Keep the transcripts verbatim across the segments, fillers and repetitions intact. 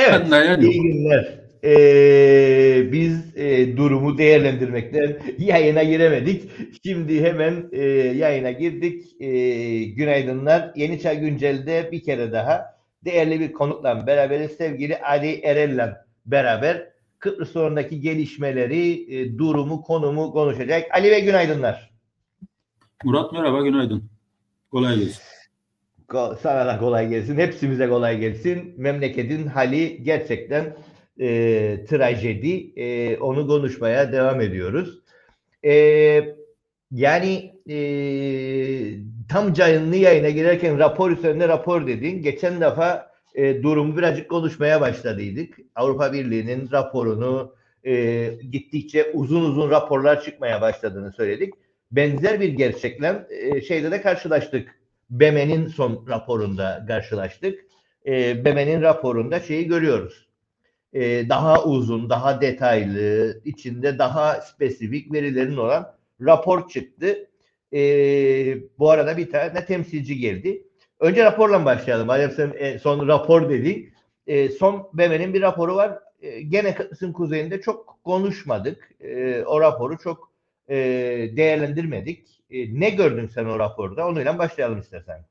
Evet, Anlayan iyi yok. günler. Ee, biz e, durumu değerlendirmekten yayına giremedik. Şimdi hemen e, yayına girdik. E, günaydınlar. Yeni Çağ Güncel'de bir kere daha değerli bir konukla beraberiz. Sevgili Ali Erel'le beraber Kıbrıs sorunundaki gelişmeleri, e, durumu, konumu konuşacak. Ali Bey günaydınlar. Murat merhaba, günaydın. Kolay gelsin. Sana da kolay gelsin. Hepsimize kolay gelsin. Memleketin hali gerçekten e, trajedi. E, onu konuşmaya devam ediyoruz. E, yani e, tam canlı yayına girerken rapor üzerine rapor dedin. Geçen defa e, durumu birazcık konuşmaya başladıydık. Avrupa Birliği'nin raporunu e, gittikçe uzun uzun raporlar çıkmaya başladığını söyledik. Benzer bir gerçekle e, şeyde de karşılaştık. B M E'nin son raporunda karşılaştık. E, B M E'nin raporunda şeyi görüyoruz. E, daha uzun, daha detaylı, içinde daha spesifik verilerin olan rapor çıktı. E, bu arada bir tane temsilci geldi. Önce raporla başlayalım. Madem sen e, son rapor dedik. E, son B M E'nin bir raporu var. E, gene Kıbrıs'ın kuzeyinde çok konuşmadık. E, o raporu çok e, değerlendirmedik. E, ne gördün sen o raporda? Onunla başlayalım istersen.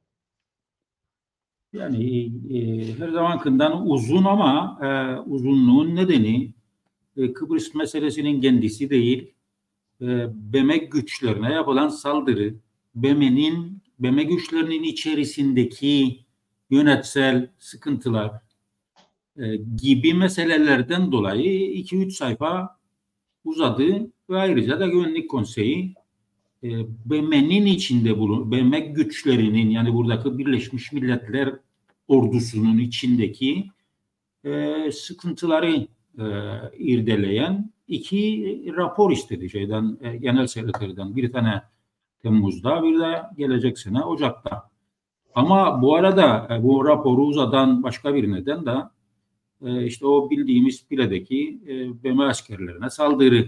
Yani e, her zamankından uzun ama e, uzunluğun nedeni e, Kıbrıs meselesinin kendisi değil, e, B M güçlerine yapılan saldırı, B M'nin B M güçlerinin içerisindeki yönetsel sıkıntılar e, gibi meselelerden dolayı iki üç sayfa uzadı ve ayrıca da Güvenlik Konseyi e, B M'nin içinde bulun, B M güçlerinin yani buradaki Birleşmiş Milletler ordusunun içindeki e, sıkıntıları e, irdeleyen iki rapor istedi şeyden e, Genel Sekreterden. Bir tane Temmuz'da, bir de gelecek sene Ocak'ta. Ama bu arada e, bu raporu uzatan başka bir neden de e, işte o bildiğimiz Pile'deki e, B M askerlerine saldırı,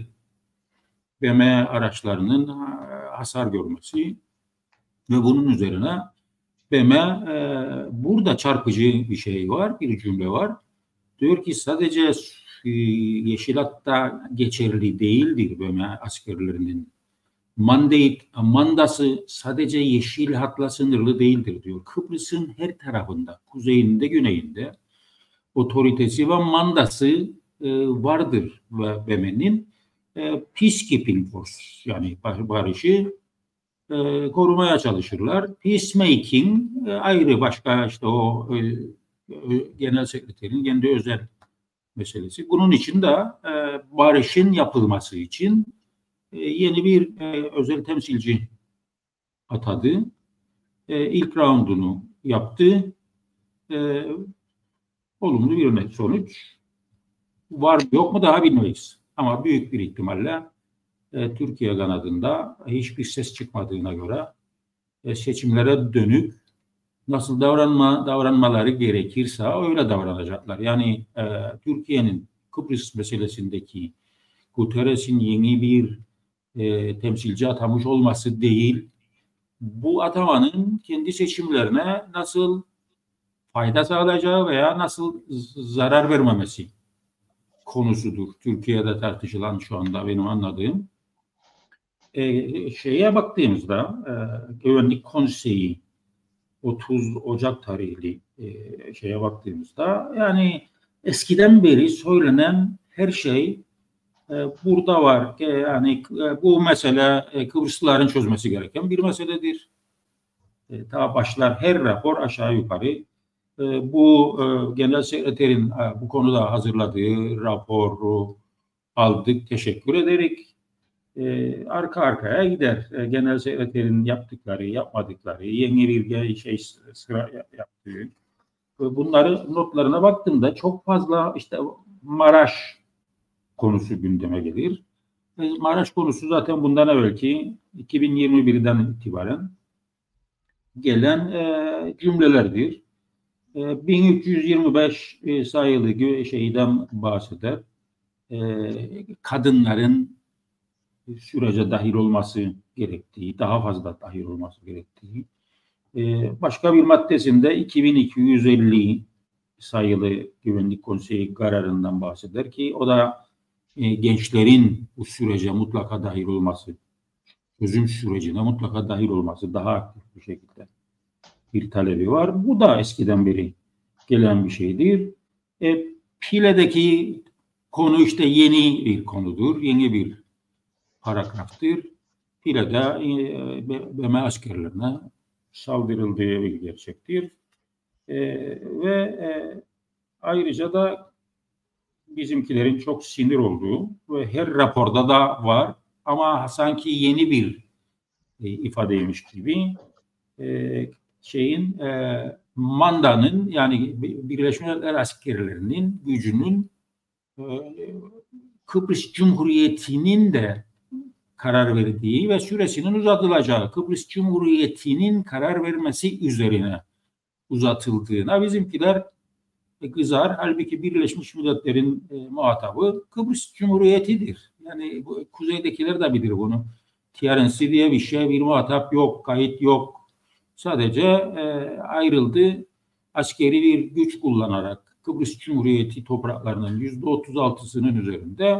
B M araçlarının hasar görmesi ve bunun üzerine B M e, burada çarpıcı bir şey var, bir cümle var. Diyor ki sadece e, Yeşil Hat'ta geçerli değildir B M askerlerinin. Mandate, mandası sadece Yeşil Hat'la sınırlı değildir diyor. Kıbrıs'ın her tarafında, kuzeyinde, güneyinde otoritesi ve mandası e, vardır B M'nin. E, peacekeeping force yani barışı e, korumaya çalışırlar. Peacemaking e, ayrı başka işte o e, genel sekreterin kendi özel meselesi. Bunun için de e, barışın yapılması için e, yeni bir e, özel temsilci atadı. E, ilk roundunu yaptı. E, olumlu bir sonuç var mı yok mu daha bilmeyiz. Ama büyük bir ihtimalle e, Türkiye kanadında hiçbir ses çıkmadığına göre e, seçimlere dönük nasıl davranma davranmaları gerekirse öyle davranacaklar. Yani e, Türkiye'nin Kıbrıs meselesindeki Guterres'in yeni bir e, temsilci atamış olması değil, bu atamanın kendi seçimlerine nasıl fayda sağlayacağı veya nasıl zarar vermemesi konusudur. Türkiye'de tartışılan şu anda benim anladığım. E, şeye baktığımızda e, Güvenlik Konseyi otuz Ocak tarihli e, şeye baktığımızda yani eskiden beri söylenen her şey e, burada var. E, yani e, bu mesele e, Kıbrıslıların çözmesi gereken bir meseledir. E, ta başlar her rapor aşağı yukarı e, bu e, Genel Sekreterin e, bu konuda hazırladığı raporu aldık, teşekkür ederek e, arka arkaya gider. E, Genel Sekreterin yaptıkları, yapmadıkları, yeni bir şey sıra yaptığı. Bunları notlarına baktığımda çok fazla işte Maraş konusu gündeme gelir. E, Maraş konusu zaten bundan evvelki iki bin yirmi birden itibaren gelen e, cümlelerdir. E, bin üç yüz yirmi beş e, sayılı şeyden bahseder. E, kadınların sürece dahil olması gerektiği, daha fazla dahil olması gerektiği. Ee, başka bir maddesinde iki bin iki yüz elli sayılı Güvenlik Konseyi kararından bahseder ki o da e, gençlerin bu sürece mutlaka dahil olması, çözüm sürecine mutlaka dahil olması daha aktif bir şekilde bir talebi var. Bu da eskiden beri gelen bir şeydir. E, Pile'deki konu işte yeni bir konudur, yeni bir paragraftır. Pile'de e, B M askerlerine saldırıldığı bir gerçektir. E, ve e, ayrıca da bizimkilerin çok sinir olduğu ve her raporda da var ama sanki yeni bir e, ifadeymiş gibi e, şeyin e, mandanın yani Birleşmiş Milletler askerlerinin gücünün e, Kıbrıs Cumhuriyeti'nin de karar verdiği ve süresinin uzatılacağı, Kıbrıs Cumhuriyeti'nin karar vermesi üzerine uzatıldığına bizimkiler kızar. Halbuki Birleşmiş Milletler'in e, muhatabı Kıbrıs Cumhuriyeti'dir. Yani bu, kuzeydekiler de bilir bunu. T R N C diye bir şey, bir muhatap yok, kayıt yok. Sadece e, ayrıldı. Askeri bir güç kullanarak Kıbrıs Cumhuriyeti topraklarının yüzde otuz altısının üzerinde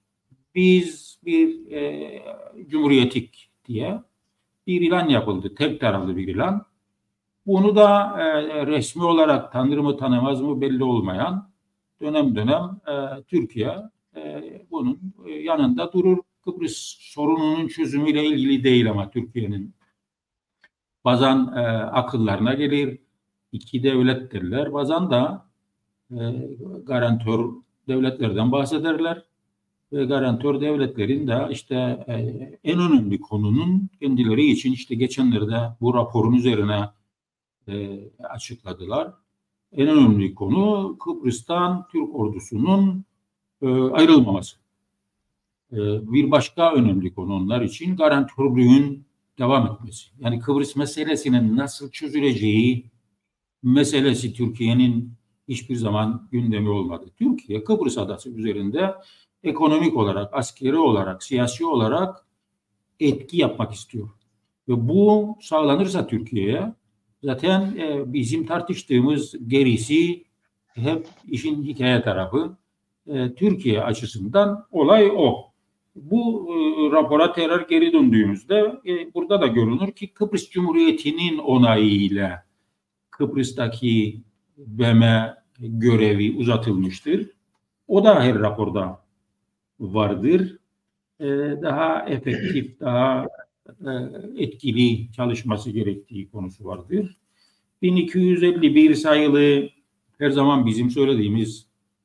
biz bir e, cumhuriyetik diye bir ilan yapıldı. Tek taraflı bir ilan. Bunu da e, resmi olarak tanır mı tanımaz mı belli olmayan dönem dönem e, Türkiye e, bunun yanında durur. Kıbrıs sorununun çözümüyle ilgili değil ama Türkiye'nin bazen e, akıllarına gelir. İki devlet derler. Bazen de e, garantör devletlerden bahsederler. Ve garantör devletlerin de işte e, en önemli konunun kendileri için işte geçenlerde bu raporun üzerine e, açıkladılar. En önemli konu Kıbrıs'tan Türk ordusunun e, ayrılmaması. E, bir başka önemli konu onlar için garantörlüğün devam etmesi. Yani Kıbrıs meselesinin nasıl çözüleceği meselesi Türkiye'nin hiçbir zaman gündemi olmadı. Türkiye Kıbrıs adası üzerinde ekonomik olarak, askeri olarak, siyasi olarak etki yapmak istiyor. Ve bu sağlanırsa Türkiye'ye zaten e, bizim tartıştığımız gerisi hep işin hikaye tarafı. E, Türkiye açısından olay o. Bu e, rapora tekrar geri döndüğümüzde e, burada da görünür ki Kıbrıs Cumhuriyeti'nin onayıyla Kıbrıs'taki B M görevi uzatılmıştır. O da her raporda vardır. Ee, daha efektif, daha e, etkili çalışması gerektiği konusu vardır. bin iki yüz elli bir sayılı her zaman bizim söylediğimiz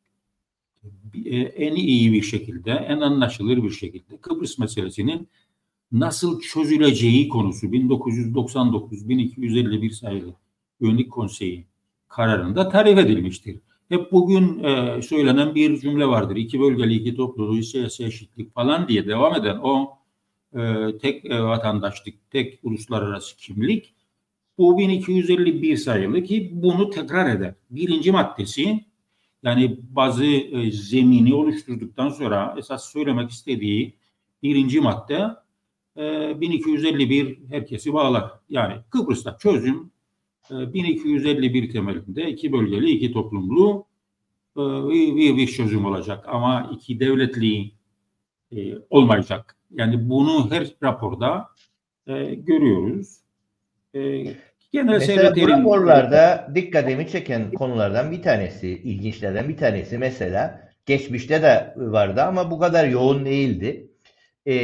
e, en iyi bir şekilde, en anlaşılır bir şekilde Kıbrıs meselesinin nasıl çözüleceği konusu bin dokuz yüz doksan dokuz bin iki yüz elli bir sayılı Güvenlik Konseyi kararında tarif edilmiştir. Hep bugün e, söylenen bir cümle vardır. İki bölgeli, iki topluluğu, siyasi eşitlik falan diye devam eden o e, tek e, vatandaşlık, tek uluslararası kimlik bu bin iki yüz elli bir sayılı ki bunu tekrar eder. Birinci maddesi yani bazı e, zemini oluşturduktan sonra esas söylemek istediği birinci madde e, bin iki yüz elli bir herkesi bağlar. Yani Kıbrıs'ta çözüm e, bin iki yüz elli bir temelinde iki bölgeli, iki toplumlu e, bir, bir çözüm olacak. Ama iki devletli e, olmayacak. Yani bunu her raporda e, görüyoruz. E, genel Mesela bu sekreterin raporlarda dikkatimi çeken konulardan bir tanesi, ilginçlerden bir tanesi mesela geçmişte de vardı ama bu kadar yoğun değildi. E,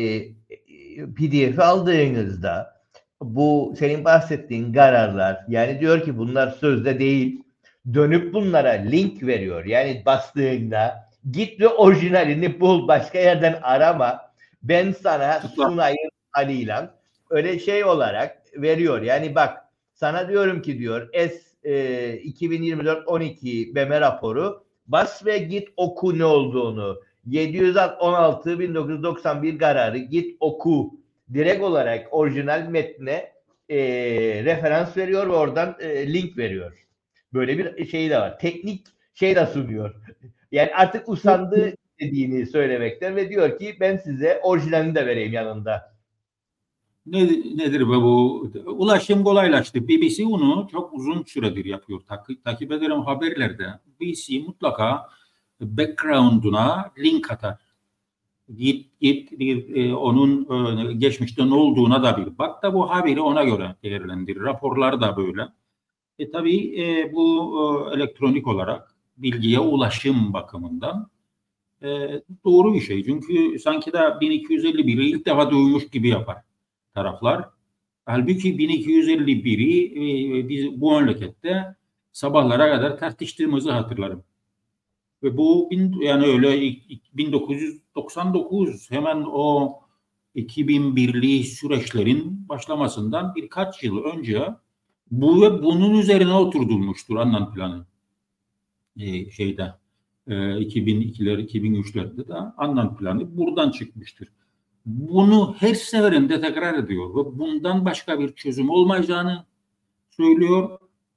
P D F'i aldığınızda bu senin bahsettiğin kararlar yani diyor ki bunlar sözde değil dönüp bunlara link veriyor. Yani bastığında git ve orijinalini bul başka yerden arama ben sana sunayım haliyle öyle şey olarak veriyor. Yani bak sana diyorum ki diyor S e, iki bin yirmi dört on iki B M raporu bas ve git oku ne olduğunu. yedi yüz on altı bin dokuz yüz doksan bir kararı git oku. Direkt olarak orijinal metne e, referans veriyor ve oradan e, link veriyor. Böyle bir şey de var. Teknik şey de sunuyor. Yani artık usandı dediğini söylemekten ve diyor ki ben size orijinalini de vereyim yanında. Ne, nedir bu? Ulaşım kolaylaştı. B B C onu çok uzun süredir yapıyor. Takip, takip ederim haberlerde. B B C mutlaka background'una link atar. Git git bir e, onun e, geçmişte ne olduğuna da bir bak da bu haberi ona göre değerlendir. Raporlar da böyle. E tabii e, bu e, elektronik olarak bilgiye ulaşım bakımından e, doğru bir şey. Çünkü sanki de bin iki yüz elli biri ilk defa duymuş gibi yapar taraflar. Halbuki bin iki yüz elli biri e, biz bu memlekette sabahlara kadar tartıştığımızı hatırlarım. Ve bu yani öyle bin dokuz yüz doksan dokuz hemen o iki bin birli süreçlerin başlamasından birkaç yıl önce bu ve bunun üzerine oturtulmuştur Annan planı. Ee, şeyde e, iki bin ikiler iki bin üçlerde de Annan planı buradan çıkmıştır. Bunu her seferinde tekrar ediyor ve bundan başka bir çözüm olmayacağını söylüyor.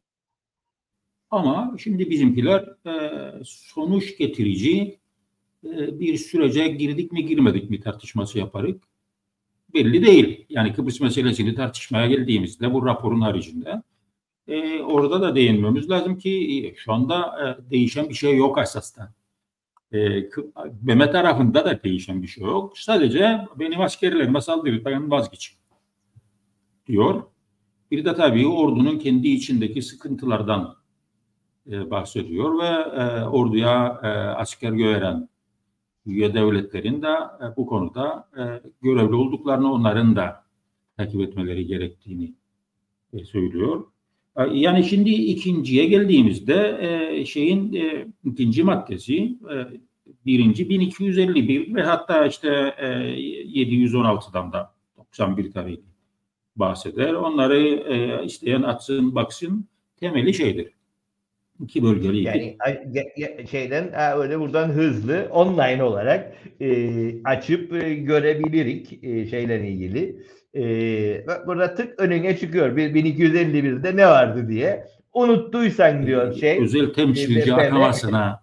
Ama şimdi bizimkiler e, sonuç getirici e, bir sürece girdik mi girmedik mi tartışması yaparız. Belli değil. Yani Kıbrıs meselesini tartışmaya geldiğimizde bu raporun haricinde e, orada da değinmemiz lazım ki e, şu anda e, değişen bir şey yok esasında. E, B M tarafında da değişen bir şey yok. Sadece benim askerlerime saldırıdan vazgeçin diyor. Bir de tabii ordunun kendi içindeki sıkıntılardan e, bahsediyor ve e, orduya e, asker gönderen üye devletlerin de e, bu konuda e, görevli olduklarını, onların da takip etmeleri gerektiğini e, söylüyor. E, yani şimdi ikinciye geldiğimizde e, şeyin e, ikinci maddesi e, birinci bin iki yüz elli bir ve hatta işte e, yedi yüz on altıdan da doksan bir tarihi bahseder. Onları e, isteyen atsın baksın, temeli şeydir. İki bölgeliydi. Yani şeyden öyle buradan hızlı online olarak e, açıp e, görebilirik e, şeyle ilgili. E, burada tık önüne çıkıyor. bin iki yüz elli birde ne vardı diye. Unuttuysan diyor şey. Özel temsilci atamasına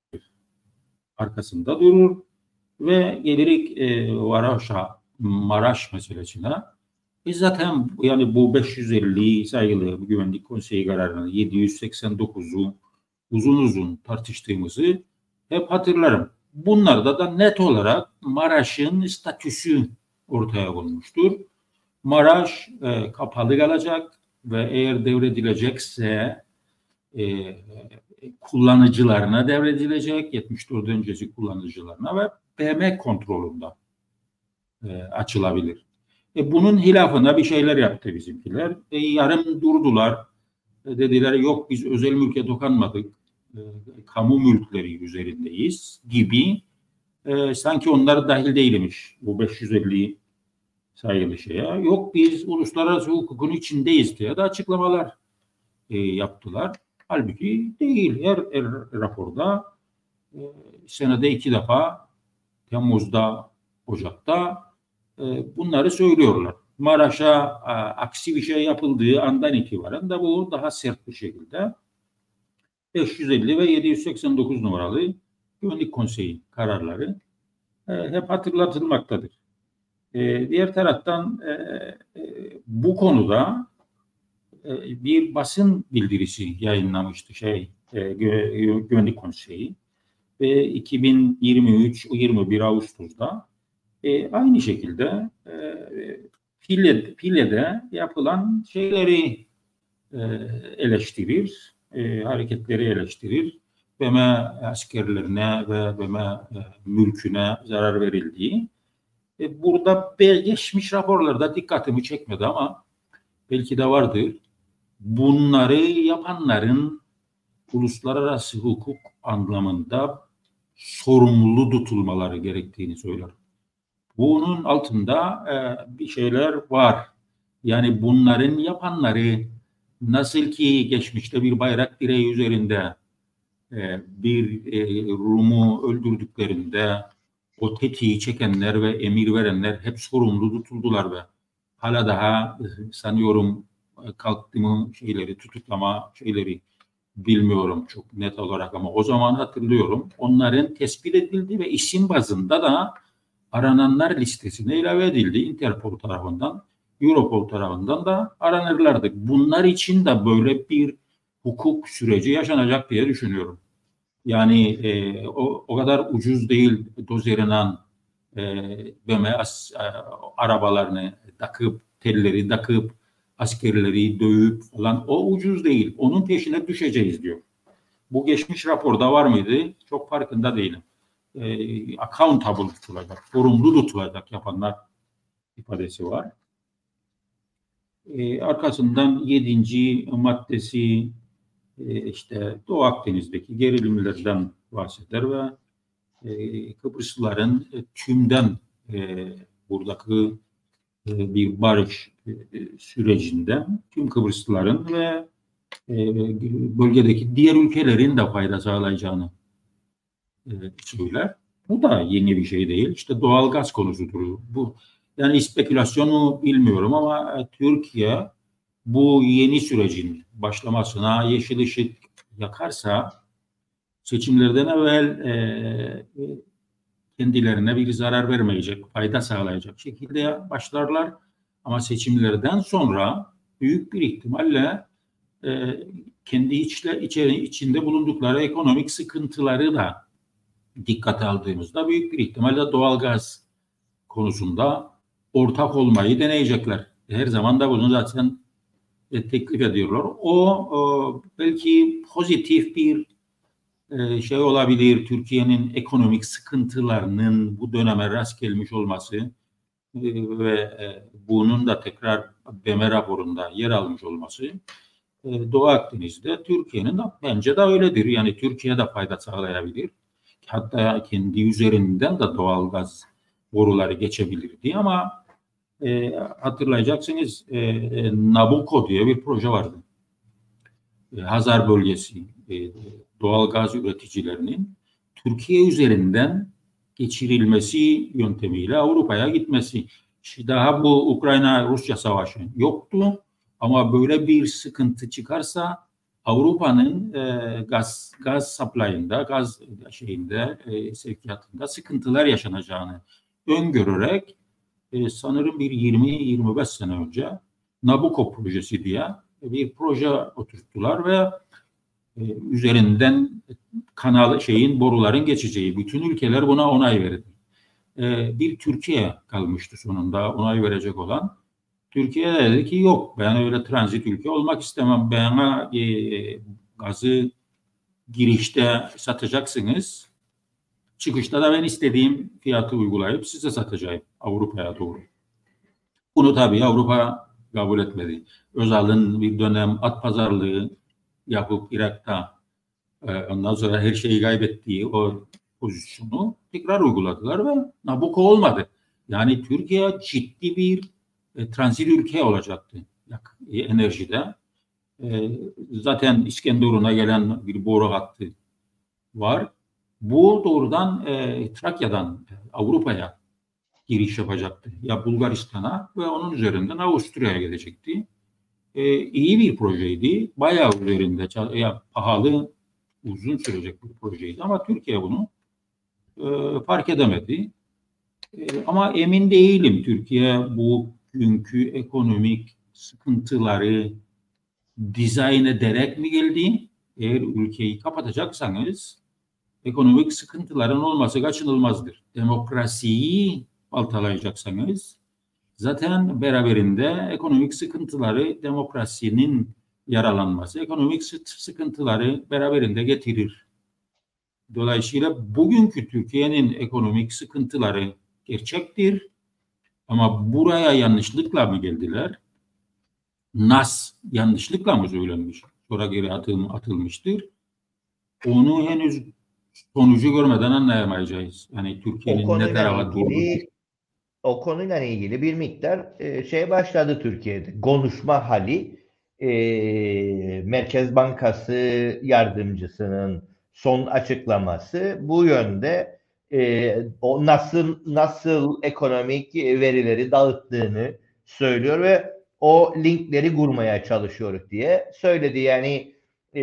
arkasında durur ve gelirik e, Maraş'a, Maraş meselesine. E zaten yani bu beş yüz elli sayılı Güvenlik Konseyi kararını yedi yüz seksen dokuzu uzun uzun tartıştığımızı hep hatırlarım. Bunlarda da net olarak Maraş'ın statüsü ortaya konmuştur. Maraş e, kapalı kalacak ve eğer devredilecekse e, kullanıcılarına devredilecek, yetmiş dört öncesi kullanıcılarına ve B M kontrolünde e, açılabilir. E, bunun hilafına bir şeyler yaptı bizimkiler. E, yarım durdular. E, dediler yok biz özel mülke dokunmadık. E, kamu mülkleri üzerindeyiz gibi. E, sanki onlar dahil değilmiş bu beş yüz elli sayılı şeye. Yok biz uluslararası hukukun içindeyiz diye de açıklamalar e, yaptılar. Halbuki değil. Her, her raporda e, senede iki defa Temmuz'da, Ocak'ta e, bunları söylüyorlar. Maraş'a a, aksi bir şey yapıldığı andan itibaren de bu daha sert bir şekilde beş yüz elli ve yedi yüz seksen dokuz numaralı Güvenlik Konseyi kararları e, hep hatırlatılmaktadır. E, diğer taraftan e, e, bu konuda e, bir basın bildirisi yayınlamıştı şey e, Gü Güvenlik Konseyi ve iki bin yirmi üç yirmi bir Ağustos'ta e, aynı şekilde e, File, File'de yapılan şeyleri e, eleştirir, e, hareketleri eleştirir. B M askerlerine ve B M e, mülküne zarar verildiği. E, burada geçmiş raporlarda dikkatimi çekmedi ama belki de vardır. Bunları yapanların uluslararası hukuk anlamında sorumlu tutulmaları gerektiğini söyler. Bunun altında e, bir şeyler var. Yani bunların yapanları nasıl ki geçmişte bir bayrak direği üzerinde e, bir e, Rum'u öldürdüklerinde o tetiği çekenler ve emir verenler hep sorumlu tutuldular ve hala daha e, sanıyorum kalktı mı şeyleri tutuklama şeyleri bilmiyorum çok net olarak ama o zaman hatırlıyorum. Onların tespit edildi ve isim bazında da arananlar listesine ilave edildi Interpol tarafından. Europol tarafından da aranırlardı. Bunlar için de böyle bir hukuk süreci yaşanacak diye düşünüyorum. Yani e, o, o kadar ucuz değil dozerinden e, B M as, e, arabalarını takıp, telleri takıp, askerleri dövüp falan o ucuz değil. Onun peşine düşeceğiz diyor. Bu geçmiş raporda var mıydı? Çok farkında değilim. E, accountable tutulacak, sorumlu tutulacak yapanlar ifadesi var. E, arkasından yedinci maddesi e, işte Doğu Akdeniz'deki gerilimlerden bahseder ve e, Kıbrıslıların e, tümden e, buradaki e, bir barış e, sürecinde tüm Kıbrıslıların ve e, bölgedeki diğer ülkelerin de fayda sağlayacağını e, söyler. Bu da yeni bir şey değil. İşte doğal gaz konusudur. Bu yani spekülasyonu bilmiyorum ama Türkiye bu yeni sürecin başlamasına yeşil ışık yakarsa seçimlerden evvel e, kendilerine bir zarar vermeyecek, fayda sağlayacak şekilde başlarlar. Ama seçimlerden sonra büyük bir ihtimalle e, kendi içle, içeri, içinde bulundukları ekonomik sıkıntıları da dikkate aldığımızda büyük bir ihtimalle doğalgaz konusunda ortak olmayı deneyecekler. Her zaman da bunu zaten e, teklif ediyorlar. O e, belki pozitif bir e, şey olabilir. Türkiye'nin ekonomik sıkıntılarının bu döneme rast gelmiş olması e, ve e, bunun da tekrar B M raporunda yer almış olması e, Doğu Akdeniz'de Türkiye'nin de bence de öyledir. Yani Türkiye de fayda sağlayabilir. Hatta kendi üzerinden de doğalgaz boruları geçebilirdi ama e, hatırlayacaksınız e, Nabucco diye bir proje vardı. E, Hazar bölgesi e, doğalgaz üreticilerinin Türkiye üzerinden geçirilmesi yöntemiyle Avrupa'ya gitmesi. Daha bu Ukrayna-Rusya savaşı yoktu ama böyle bir sıkıntı çıkarsa Avrupa'nın e, gaz gaz supply'ında, gaz şeyinde, e, sevkiyatında sıkıntılar yaşanacağını öngörerek e, sanırım bir yirmi yirmi beş sene önce Nabucco projesi diye bir proje oturttular ve e, üzerinden kanal şeyin boruların geçeceği bütün ülkeler buna onay verdi. E, bir Türkiye kalmıştı sonunda onay verecek olan. Türkiye dedi ki yok ben öyle transit ülke olmak istemem. Bana e, gazı girişte satacaksınız. Çıkışta da ben istediğim fiyatı uygulayıp size satacağım Avrupa'ya doğru. Bunu tabii Avrupa kabul etmedi. Özal'ın bir dönem at pazarlığı yapıp Irak'ta e, ondan sonra her şeyi kaybettiği o pozisyonu tekrar uyguladılar ve Nabucco olmadı. Yani Türkiye ciddi bir e, transit ülke olacaktı e, enerjide. E, zaten İskenderun'a gelen bir boru hattı var. Bu doğrudan e, Trakya'dan e, Avrupa'ya giriş yapacaktı. Ya Bulgaristan'a ve onun üzerinden Avusturya'ya gelecekti. E, iyi bir projeydi. Bayağı üzerinde ya, pahalı, uzun sürecek bir projeydi. Ama Türkiye bunu e, fark edemedi. E, ama emin değilim Türkiye bu günkü ekonomik sıkıntıları dizayn ederek mi geldi? Eğer ülkeyi kapatacaksanız ekonomik sıkıntıların olması kaçınılmazdır. Demokrasiyi baltalayacaksanız zaten beraberinde ekonomik sıkıntıları demokrasinin yaralanması, ekonomik sıkıntıları beraberinde getirir. Dolayısıyla bugünkü Türkiye'nin ekonomik sıkıntıları gerçektir ama buraya yanlışlıkla mı geldiler? Nas yanlışlıkla mı söylenmiş? Sonra geri atıl, atılmıştır. Onu henüz sonucu görmeden anlayamayacağız. Yani Türkiye'nin ne tarafa doğru o konuyla ilgili bir miktar e, şey başladı Türkiye'de. Konuşma hali e, Merkez Bankası yardımcısının son açıklaması bu yönde e, o nasıl nasıl ekonomik verileri dağıttığını söylüyor ve o linkleri kurmaya çalışıyor diye söyledi. Yani e,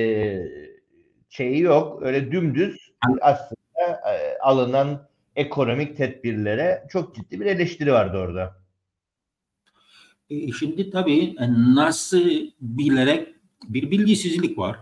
şeyi yok. Öyle dümdüz aslında e, alınan ekonomik tedbirlere çok ciddi bir eleştiri vardı orada. E, şimdi tabii e, nasıl bilerek bir bilgisizlik var.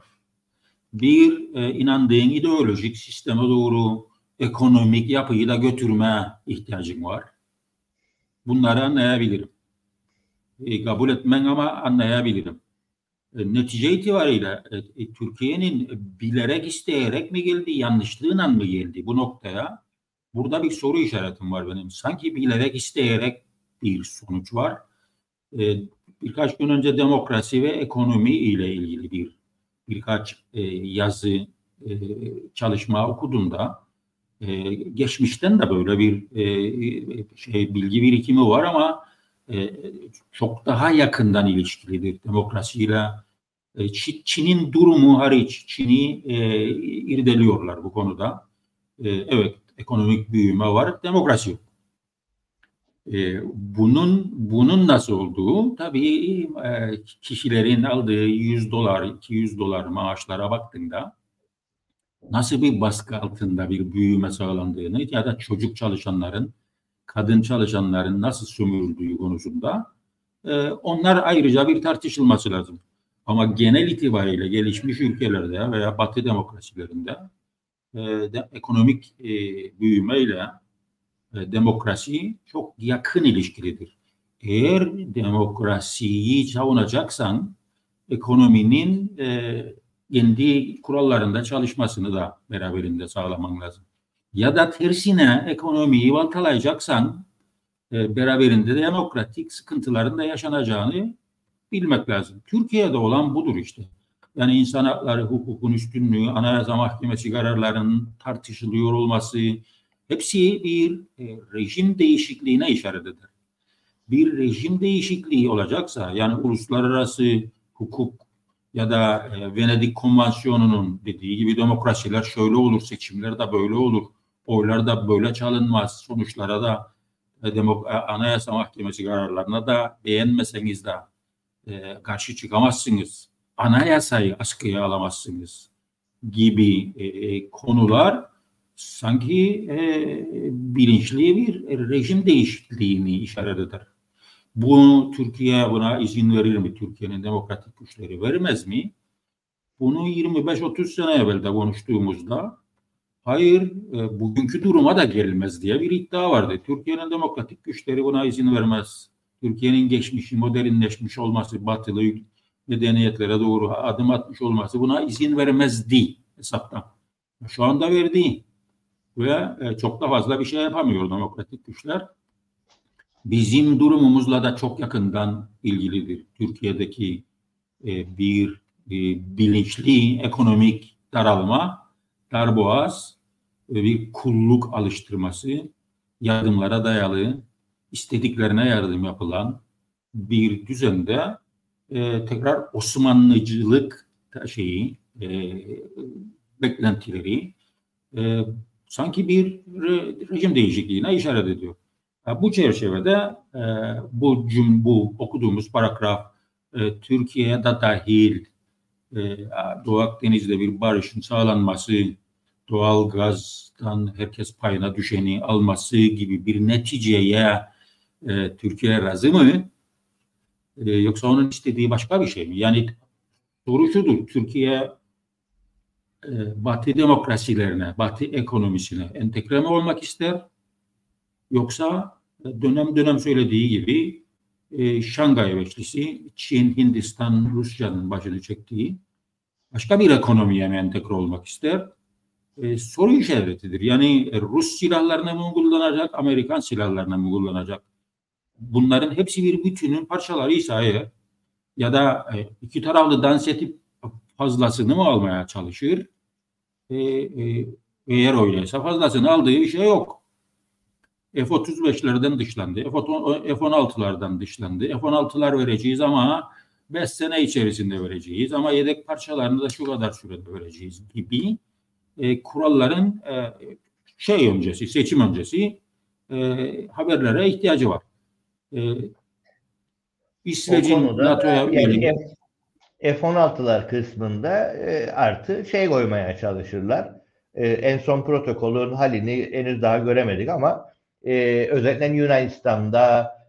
Bir e, inandığın ideolojik sisteme doğru ekonomik yapıyı da götürme ihtiyacın var. Bunları anlayabilirim. E, kabul etmen ama anlayabilirim. E, netice itibariyle e, e, Türkiye'nin bilerek isteyerek mi geldi, yanlışlığıyla mı geldi bu noktaya? Burada bir soru işaretim var benim. Sanki bilerek isteyerek bir sonuç var. E, birkaç gün önce demokrasi ve ekonomi ile ilgili bir birkaç e, yazı e, çalışma okudum da e, geçmişten de böyle bir e, şey bilgi birikimi var ama e, çok daha yakından ilişkilidir demokrasiyle. E, Çin'in durumu hariç Çin'i e, irdeliyorlar bu konuda. E, evet, ekonomik büyüme var, demokrasi yok. E, bunun bunun nasıl olduğu tabii e, kişilerin aldığı yüz dolar, iki yüz dolar maaşlara baktığında nasıl bir baskı altında bir büyüme sağlandığını ya da çocuk çalışanların, kadın çalışanların nasıl sömürüldüğü konusunda e, onlar ayrıca bir tartışılması lazım. Ama genel itibariyle gelişmiş ülkelerde veya Batı demokrasilerinde e, de, ekonomik e, büyümeyle e, demokrasi çok yakın ilişkilidir. Eğer demokrasiyi savunacaksan ekonominin e, kendi kurallarında çalışmasını da beraberinde sağlaman lazım. Ya da tersine ekonomiyi baltalayacaksan e, beraberinde demokratik sıkıntıların da yaşanacağını bilmek lazım. Türkiye'de olan budur işte. Yani insan hakları, hukukun üstünlüğü, Anayasa Mahkemesi kararlarının tartışılıyor olması hepsi bir e, rejim değişikliğine işaret eder. Bir rejim değişikliği olacaksa yani uluslararası hukuk ya da e, Venedik Konvansiyonu'nun dediği gibi demokrasiler şöyle olur, seçimler de böyle olur, oylar da böyle çalınmaz, sonuçlara da e, demok- Anayasa Mahkemesi kararlarına da beğenmeseniz de e, karşı çıkamazsınız, anayasayı askıya alamazsınız gibi e, konular sanki e, bilinçli bir rejim değişikliğini işaret eder. Bu Türkiye buna izin verir mi? Türkiye'nin demokratik güçleri vermez mi? Bunu yirmi beş otuz sene evvel de konuştuğumuzda hayır e, bugünkü duruma da gelmez diye bir iddia vardı. Türkiye'nin demokratik güçleri buna izin vermez. Türkiye'nin geçmişi modernleşmiş olması, batılı medeniyetlere doğru adım atmış olması buna izin vermezdi hesaptan. Şu anda verdi ve e, çok da fazla bir şey yapamıyor demokratik güçler. Bizim durumumuzla da çok yakından ilgilidir. Türkiye'deki e, bir e, bilinçli ekonomik daralma, darboğaz, e, bir kulluk alıştırması, yardımlara dayalı, istediklerine yardım yapılan bir düzende e, tekrar Osmanlıcılık şeyi, e, beklentileri e, sanki bir re, rejim değişikliğine işaret ediyor. Bu çerçevede e, bu cüm, bu okuduğumuz paragraf e, Türkiye'ye de dahil e, Doğu Akdeniz'de bir barışın sağlanması, doğal gazdan herkes payına düşeni alması gibi bir neticeye e, Türkiye razı mı? E, yoksa onun istediği başka bir şey mi? Yani soru şudur, Türkiye e, Batı demokrasilerine, Batı ekonomisine entegre mi olmak ister? Yoksa dönem dönem söylediği gibi e, Şangay Beşlisi, Çin, Hindistan, Rusya'nın başını çektiği başka bir ekonomiye mi entegre olmak ister? E, soru işaretidir. Yani e, Rus silahlarını mı kullanacak, Amerikan silahlarını mı kullanacak? Bunların hepsi bir bütünün parçalarıysa eğer ya da e, iki taraflı dans edip fazlasını mı almaya çalışır? E, e, eğer öyleyse fazlasını aldığı bir şey yok. F otuz beşlerden dışlandı, F on altılardan dışlandı. F on altılar vereceğiz ama beş sene içerisinde vereceğiz ama yedek parçalarını da şu kadar sürede vereceğiz gibi e, kuralların e, şey öncesi, seçim öncesi e, haberlere ihtiyacı var. E, İsveç'in NATO'ya üyelik... Yani F on altılar kısmında e, artı şey koymaya çalışırlar. E, en son protokolün halini henüz daha göremedik ama e, özellikle Yunanistan'da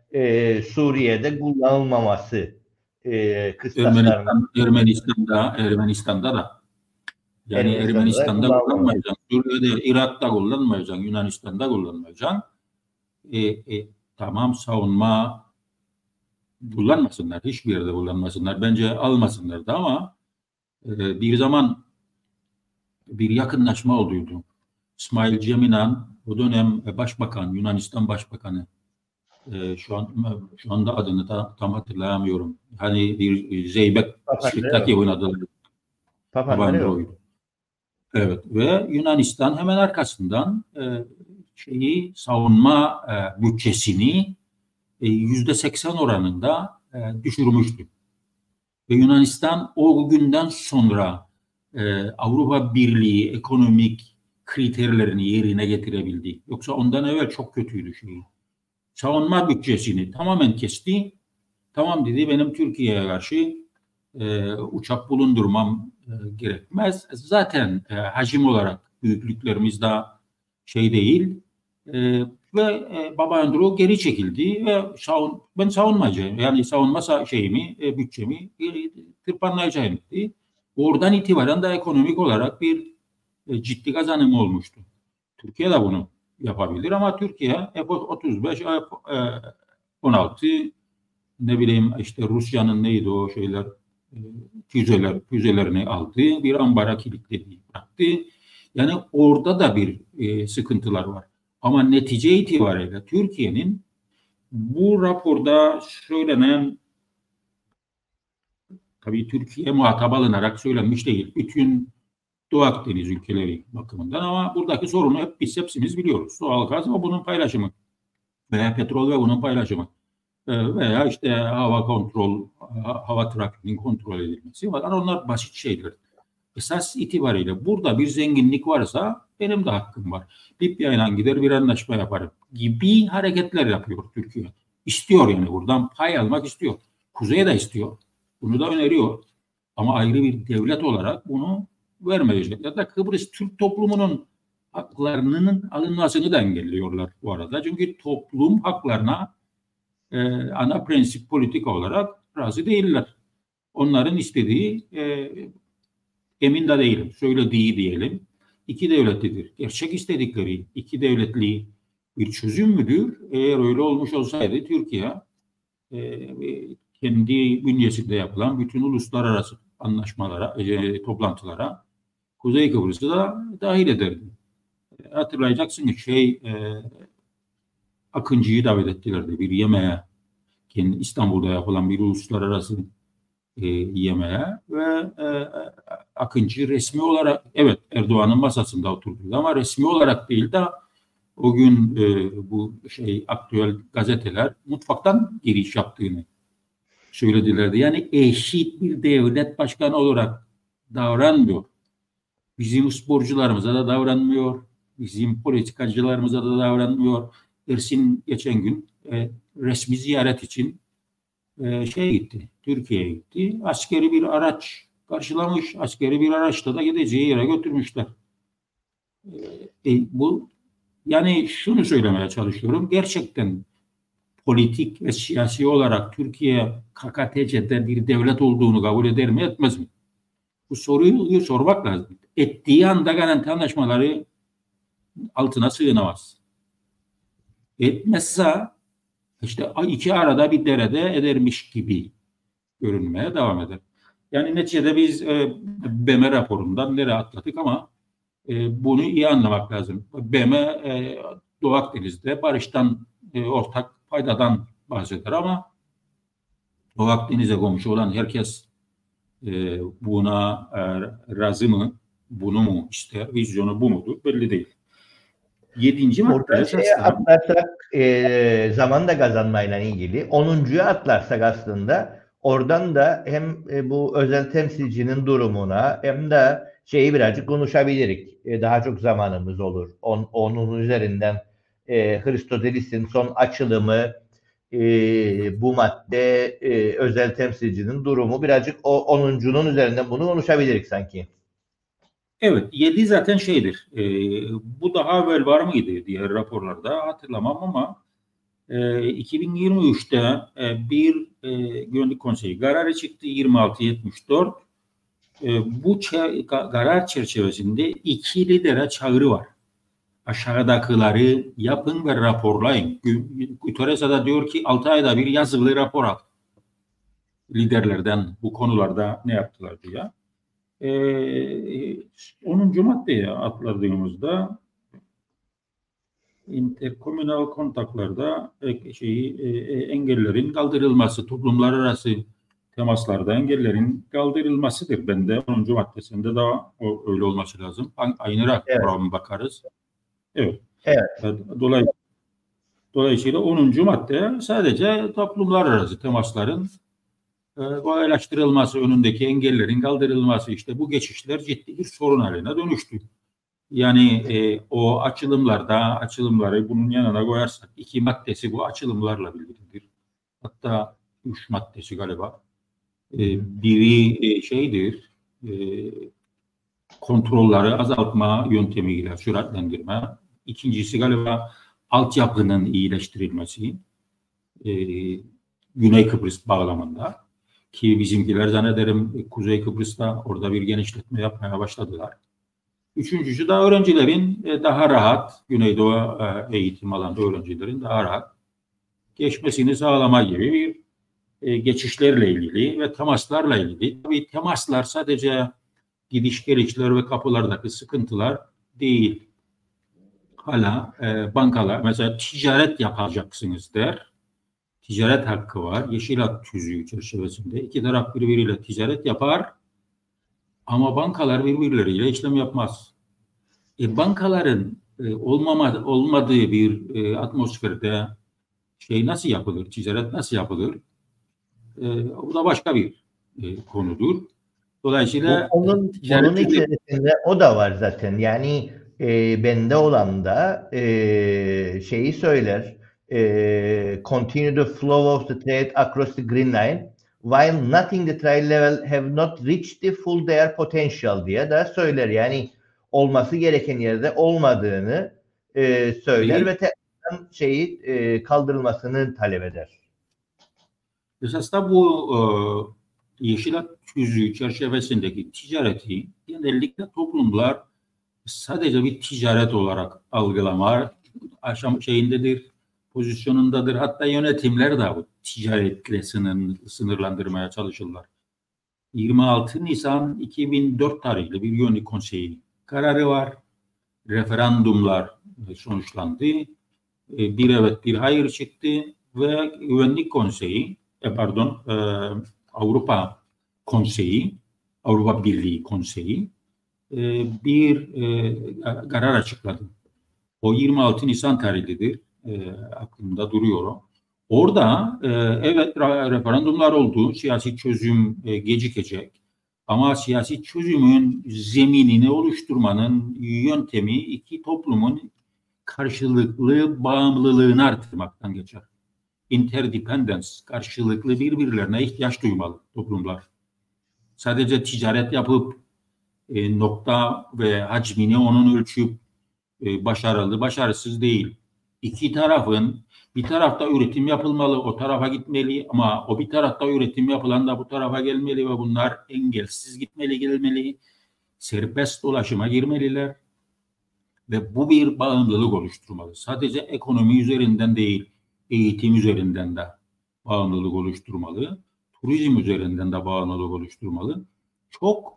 e, Suriye'de kullanılmaması e, kıstaslarında Ermenistan, Ermenistan'da, Ermenistan'da da yani Ermenistan'da da Ermenistan'da kullanılmaması. kullanmayacaksın, Suriye'de, Irak'ta kullanmayacaksın, Yunanistan'da kullanmayacaksın. E, e, tamam savunma kullanmasınlar, hiçbir yerde kullanmasınlar. Bence almasınlar da ama e, bir zaman bir yakınlaşma olduydu. İsmail Ceminan o dönem başbakan, Yunanistan başbakanı. E, şu an şu anda adını da tam hatırlayamıyorum. Hani bir Zeybek Sirtaki Papandreou. oynadılar. Papandreou. Papandreou. Evet ve Yunanistan hemen arkasından e, şeyi savunma e, bütçesini e, yüzde seksen oranında e, düşürmüştü. Ve Yunanistan o günden sonra e, Avrupa Birliği ekonomik kriterlerini yerine getirebildi. Yoksa ondan evvel çok kötüydü şey. Savunma bütçesini tamamen kesti. Tamam dedi benim Türkiye'ye karşı e, uçak bulundurmam e, gerekmez. Zaten e, hacim olarak büyüklüklerimiz daha şey değil. E, ve e, Babandreou geri çekildi ve savun, ben savunmayacağım. Yani savunma şeyimi, e, bütçemi e, tırpanlayacağım dedi. Oradan itibaren de ekonomik olarak bir e, ciddi kazanım olmuştu. Türkiye de bunu yapabilir ama Türkiye F otuz beş, F on altı ne bileyim işte Rusya'nın neydi o şeyler e, füzeler, füzelerini aldı, bir ambara kilitledi, bıraktı. Yani orada da bir e, sıkıntılar var. Ama netice itibariyle Türkiye'nin bu raporda söylenen, tabii Türkiye muhatap alınarak söylenmiş değil. Bütün Doğu Akdeniz ülkeleri bakımından ama buradaki sorunu hep biz hepsimiz biliyoruz. Doğalgaz ve bunun paylaşımı veya petrol ve bunun paylaşımı veya işte hava kontrol, hava trafiğinin kontrol edilmesi falan onlar basit şeyler. Esas itibariyle burada bir zenginlik varsa benim de hakkım var. Libya'yla gider bir anlaşma yaparım gibi hareketler yapıyor Türkiye. İstiyor yani buradan pay almak istiyor. Kuzey de istiyor. Bunu da öneriyor. Ama ayrı bir devlet olarak bunu vermeyecek. Ya da Kıbrıs Türk toplumunun haklarının alınmasını da engelliyorlar bu arada. Çünkü toplum haklarına e, ana prensip politika olarak razı değiller. Onların istediği e, emin de değilim. Söylediği diyelim. İki devletlidir. Gerçek istedikleri iki devletli bir çözüm müdür? Eğer öyle olmuş olsaydı Türkiye e, kendi bünyesinde yapılan bütün uluslararası anlaşmalara, e, toplantılara Kuzey Kıbrıs'ı da dahil ederdi. E, hatırlayacaksın ki şey e, Akıncı'yı davet ettilerdi bir yemeğe. Kendi İstanbul'da yapılan bir uluslararası e, yemeğe ve e, Akıncı resmi olarak evet Erdoğan'ın masasında oturdu ama resmi olarak değil de o gün e, bu şey aktüel gazeteler mutfaktan giriş yaptığını söyledilerdi. Yani eşit bir devlet başkanı olarak davranmıyor. Bizim sporcularımıza da davranmıyor. Bizim politikacılarımıza da davranmıyor. Ersin geçen gün e, resmi ziyaret için e, şey gitti, Türkiye'ye gitti. Askeri bir araç karşılamış. Askeri bir araçla da gideceği yere götürmüşler. E, e, bu yani şunu söylemeye çalışıyorum. Gerçekten politik ve siyasi olarak Türkiye K K T C'de bir devlet olduğunu kabul eder mi etmez mi? Bu soruyu sormak lazım. Ettiği anda garanti anlaşmaları altına sığınamaz. Etmezse işte iki arada bir derede edermiş gibi görünmeye devam eder. Yani neticede biz e, B M raporundan nereye atladık ama e, bunu iyi anlamak lazım. B M e, Doğu Akdeniz'de barıştan, e, ortak faydadan bahseder ama Doğu Akdeniz'e komşu olan herkes e, buna e, razı mı, bunu mu ister, vizyonu bu mudur belli değil. Yedinci madde Buradan şeye atlarsak e, zaman da kazanmayla ilgili. Onuncuya atlarsak aslında oradan da hem e, bu özel temsilcinin durumuna hem de şeyi birazcık konuşabiliriz. E, daha çok zamanımız olur. On, onun üzerinden e, Hristodelis'in son açılımı, e, bu madde, e, özel temsilcinin durumu birazcık o onuncunun üzerinden bunu konuşabiliriz sanki. Evet, yedi zaten şeydir. E, bu daha evvel var mıydı diğer raporlarda hatırlamam ama E, iki bin yirmi üçte e, bir e, Güvenlik Konseyi kararı çıktı yirmi altı yetmiş dört. E, bu çe- karar çerçevesinde iki lidere çağrı var. Aşağıdakileri yapın ve raporlayın. Guterres da diyor ki altı ayda bir yazılı rapor al. Liderlerden bu konularda ne yaptılar diye. Ee, onuncu maddeye atladığımızda interkomünal kontaklarda e, şeyi, e, engellerin kaldırılması, toplumlar arası temaslarda engellerin kaldırılmasıdır. Ben de onuncu maddesinde de o, öyle olması lazım. Aynı rapora mı bakarız? Evet. Evet. Dolayısıyla, dolayısıyla onuncu madde sadece toplumlar arası temasların e, kolaylaştırılması, önündeki engellerin kaldırılması, işte bu geçişler ciddi bir sorun haline dönüştü. Yani e, o açılımlarda, açılımları bunun yanına koyarsak iki maddesi bu açılımlarla ilgilidir. Hatta üç maddesi galiba. E, biri e, şeydir, e, kontrolleri azaltma yöntemiyle süratlendirme. İkincisi galiba altyapının iyileştirilmesi. E, Güney Kıbrıs bağlamında. Ki bizimkiler zannederim Kuzey Kıbrıs'ta orada bir genişletme yapmaya başladılar. Üçüncüsü de öğrencilerin daha rahat, Güneydoğu eğitim alan öğrencilerin daha rahat geçmesini sağlama gibi bir geçişlerle ilgili ve temaslarla ilgili. Tabii temaslar sadece gidiş gelişler ve kapılardaki sıkıntılar değil. Hala bankalar, mesela ticaret yapacaksınız der. Ticaret hakkı var. Yeşil Hat tüzüğü çerçevesinde iki taraf birbiriyle ticaret yapar ama bankalar birbirleriyle işlem yapmaz. E, bankaların e, olmama, olmadığı bir e, atmosferde şey nasıl yapılır, ticaret nasıl yapılır? E, bu da başka bir e, konudur. Dolayısıyla Bu, onun, onun içerisinde o da var zaten. Yani e, bende olan da e, şeyi söyler. E, continue the flow of the trade across the Green Line while nothing the trade level have not reached the full their potential diye de söyler. Yani olması gereken yerde olmadığını e, söyler Değil. ve tekrar şeyi e, kaldırılmasını talep eder. Esasında bu e, Yeşil Hat tüzüğü çerçevesindeki ticareti genellikle toplumlar sadece bir ticaret olarak algılamar aşam şeyindedir, pozisyonundadır. Hatta yönetimler de bu ticaretle sınır, sınırlandırmaya çalışırlar. yirmi altı Nisan iki bin dört tarihli bir Güvenlik Konseyi kararı var. Referandumlar sonuçlandı. Bir evet bir hayır çıktı ve Güvenlik Konseyi, e pardon e, Avrupa Konseyi, Avrupa Birliği Konseyi e, bir e, karar açıkladı. O yirmi altı Nisan tarihidir. E, aklımda duruyor o. Orada e, evet referandumlar oldu. Siyasi çözüm e, gecikecek. Ama siyasi çözümün zeminini oluşturmanın yöntemi iki toplumun karşılıklı bağımlılığını artırmaktan geçer. Interdependence, karşılıklı birbirlerine ihtiyaç duymalı toplumlar. Sadece ticaret yapıp e, nokta ve hacmini onun ölçüp e, başarılı, başarısız değil. İki tarafın bir tarafta üretim yapılmalı, o tarafa gitmeli ama o bir tarafta üretim yapılan da bu tarafa gelmeli ve bunlar engelsiz gitmeli, gelmeli, serbest dolaşıma girmeliler ve bu bir bağımlılık oluşturmalı. Sadece ekonomi üzerinden değil, eğitim üzerinden de bağımlılık oluşturmalı, turizm üzerinden de bağımlılık oluşturmalı. Çok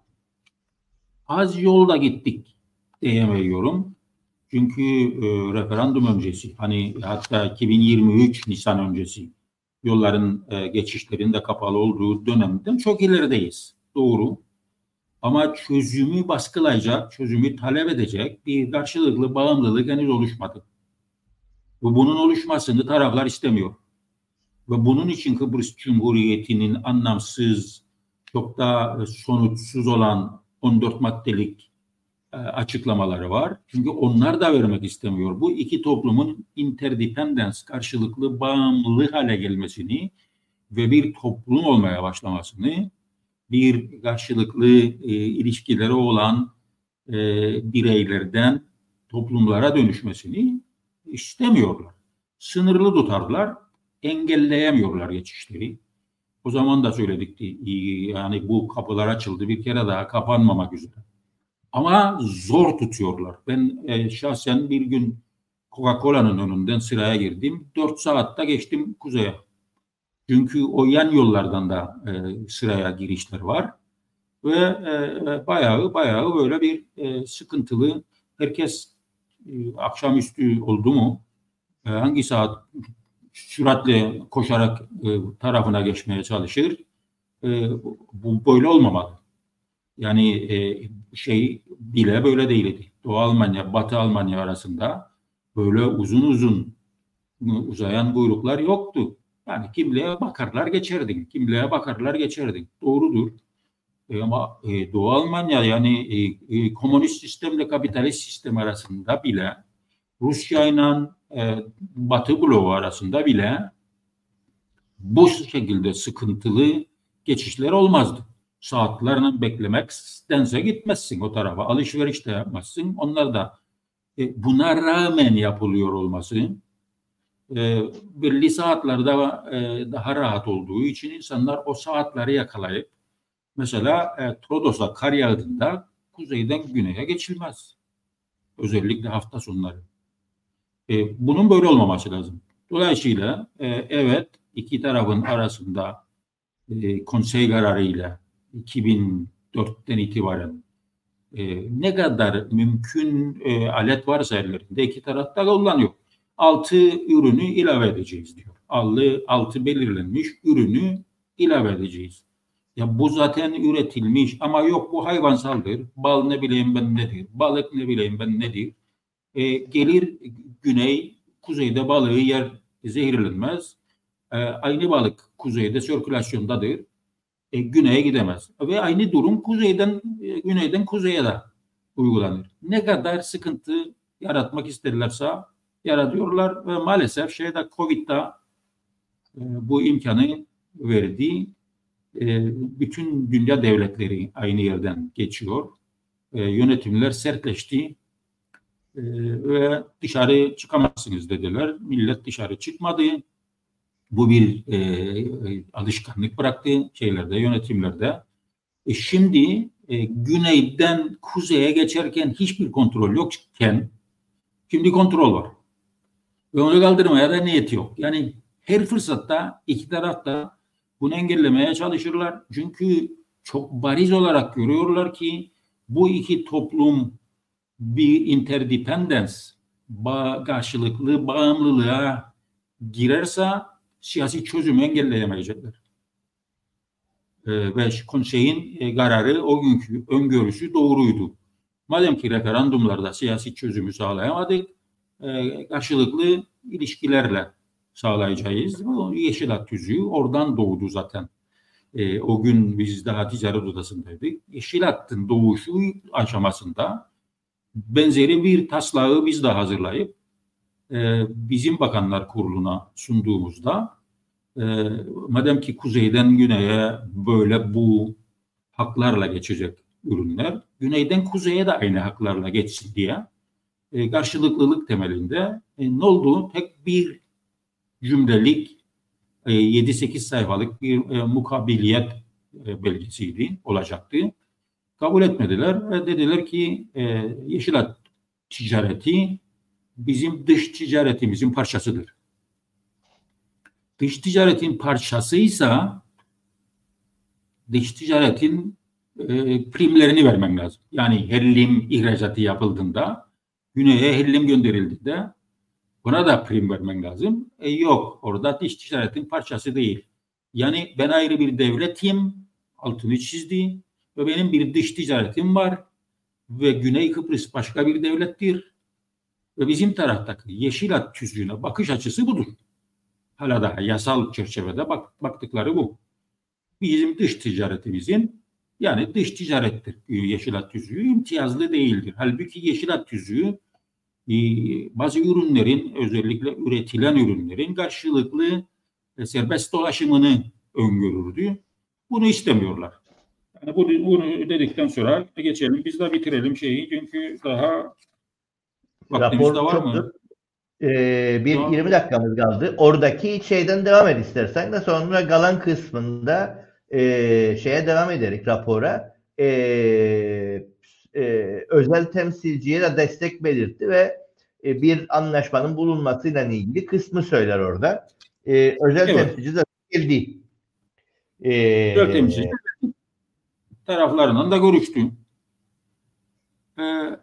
az yolda gittik diyemiyorum. Çünkü e, referandum öncesi, hani hatta iki bin yirmi üç Nisan öncesi yolların e, geçişlerin de kapalı olduğu dönemden çok ilerideyiz. Doğru. Ama çözümü baskılayacak, çözümü talep edecek bir karşılıklı bağımlılık henüz oluşmadı. Ve bunun oluşmasını taraflar istemiyor. Ve bunun için Kıbrıs Cumhuriyeti'nin anlamsız, çok da sonuçsuz olan on dört maddelik açıklamaları var. Çünkü onlar da vermek istemiyor. Bu iki toplumun interdependence, karşılıklı bağımlı hale gelmesini ve bir toplum olmaya başlamasını, bir karşılıklı e, ilişkileri olan e, bireylerden toplumlara dönüşmesini istemiyorlar. sınırlı tutarlar, engelleyemiyorlar geçişleri. O zaman da söyledik, yani bu kapılar açıldı, bir kere daha kapanmamak üzere. Ama zor tutuyorlar. Ben e, şahsen bir gün Coca-Cola'nın önünden sıraya girdim. Dört saatte geçtim kuzeye. Çünkü o yan yollardan da e, sıraya girişler var. Ve e, bayağı bayağı böyle bir e, sıkıntılı. Herkes e, akşamüstü oldu mu e, hangi saat süratle koşarak e, tarafına geçmeye çalışır. E, bu böyle olmamalı. Yani e, şey bile böyle değildi. Doğu Almanya, Batı Almanya arasında böyle uzun uzun uzayan kuyruklar yoktu. Yani kimliğe bakarlar geçerdin, kimliğe bakarlar geçerdin. Doğrudur. E, ama e, Doğu Almanya yani e, e, komünist sistemle kapitalist sistem arasında bile Rusya ile e, Batı bloğu arasında bile bu şekilde sıkıntılı geçişler olmazdı. Saatlerle beklemektense gitmezsin o tarafa. Alışveriş de yapmazsın. Onlar da e, buna rağmen yapılıyor olması e, belli saatlerde e, daha rahat olduğu için insanlar o saatleri yakalayıp mesela e, Trodos'a kar yağdığında kuzeyden güneye geçilmez. Özellikle hafta sonları. E, bunun böyle olmaması lazım. Dolayısıyla e, evet iki tarafın arasında e, konsey kararıyla iki bin dörtten itibaren e, ne kadar mümkün e, alet varsa ellerinde iki tarafta kullanıyor. Altı ürünü ilave edeceğiz diyor. Altı, altı belirlenmiş ürünü ilave edeceğiz. Ya bu zaten üretilmiş ama yok bu hayvansaldır. Bal ne bileyim ben nedir? Balık ne bileyim ben nedir? E, gelir güney, kuzeyde balığı yer zehirlenmez. E, aynı balık kuzeyde sirkülasyondadır. E, güneye gidemez. Ve aynı durum kuzeyden e, güneyden kuzeye de uygulanır. Ne kadar sıkıntı yaratmak isterlerse yaratıyorlar ve maalesef şeyde Covid'da e, bu imkanı verdi. E, bütün dünya devletleri aynı yerden geçiyor. E, yönetimler sertleşti. Ee, ve dışarı çıkamazsınız dediler. Millet dışarı çıkmadı. Bu bir e, alışkanlık bıraktı şeylerde, yönetimlerde. E şimdi e, güneyden kuzeye geçerken hiçbir kontrol yokken şimdi kontrol var. Ve onu kaldırmaya da niyeti yok. Yani her fırsatta iki taraf da bunu engellemeye çalışırlar. Çünkü çok bariz olarak görüyorlar ki bu iki toplum bir interdependence, bağ, karşılıklı bağımlılığa girerse siyasi çözümü engelleyemeyecekler. Ee, ve konseyin e, kararı o günkü öngörüsü doğruydu. Madem ki referandumlarda siyasi çözümü sağlayamadık, e, karşılıklı ilişkilerle sağlayacağız. Bu Yeşilak tüzüğü oradan doğdu zaten. E, o gün biz daha ticaret odasındaydık. Yeşilak'ın doğuşu aşamasında benzeri bir taslağı biz de hazırlayıp e, bizim Bakanlar Kurulu'na sunduğumuzda e, madem ki kuzeyden güneye böyle bu haklarla geçecek ürünler, güneyden kuzeye de aynı haklarla geçsin diye e, karşılıklılık temelinde e, ne oldu? Tek bir cümlelik e, yedi sekiz sayfalık bir e, mukabiliyet e, belgesiydi, olacaktı. Kabul etmediler ve dediler ki e, Yeşilak ticareti bizim dış ticaretimizin parçasıdır. Dış ticaretin parçasıysa dış ticaretin e, primlerini vermem lazım. Yani hellim ihracatı yapıldığında, güneye hellim gönderildiğinde buna da prim vermen lazım. E, yok, orada dış ticaretin parçası değil. Yani ben ayrı bir devletim, altını çizdi. Ve benim bir dış ticaretim var ve Güney Kıbrıs başka bir devlettir. Ve bizim taraftaki Yeşilak tüzüğüne bakış açısı budur. Hala daha yasal çerçevede bak, baktıkları bu. Bizim dış ticaretimizin yani dış ticarettir Yeşilak tüzüğü, imtiyazlı değildir. Halbuki Yeşilak tüzüğü bazı ürünlerin, özellikle üretilen ürünlerin karşılıklı serbest dolaşımını öngörürdü. Bunu istemiyorlar. Yani bunu, bunu dedikten sonra geçelim. Biz de bitirelim şeyi. Çünkü daha vaktimiz de var mı? Ee, bir Tamam. yirmi dakikamız kaldı. Oradaki şeyden devam et istersen de sonra kalan kısmında e, şeye devam ederek rapora e, e, özel temsilciye de destek belirtti ve e, bir anlaşmanın bulunmasıyla ilgili kısmı söyler orada. E, özel Evet. temsilci de geldi. Özel temsilci E, taraflarından da görüştü. Ee,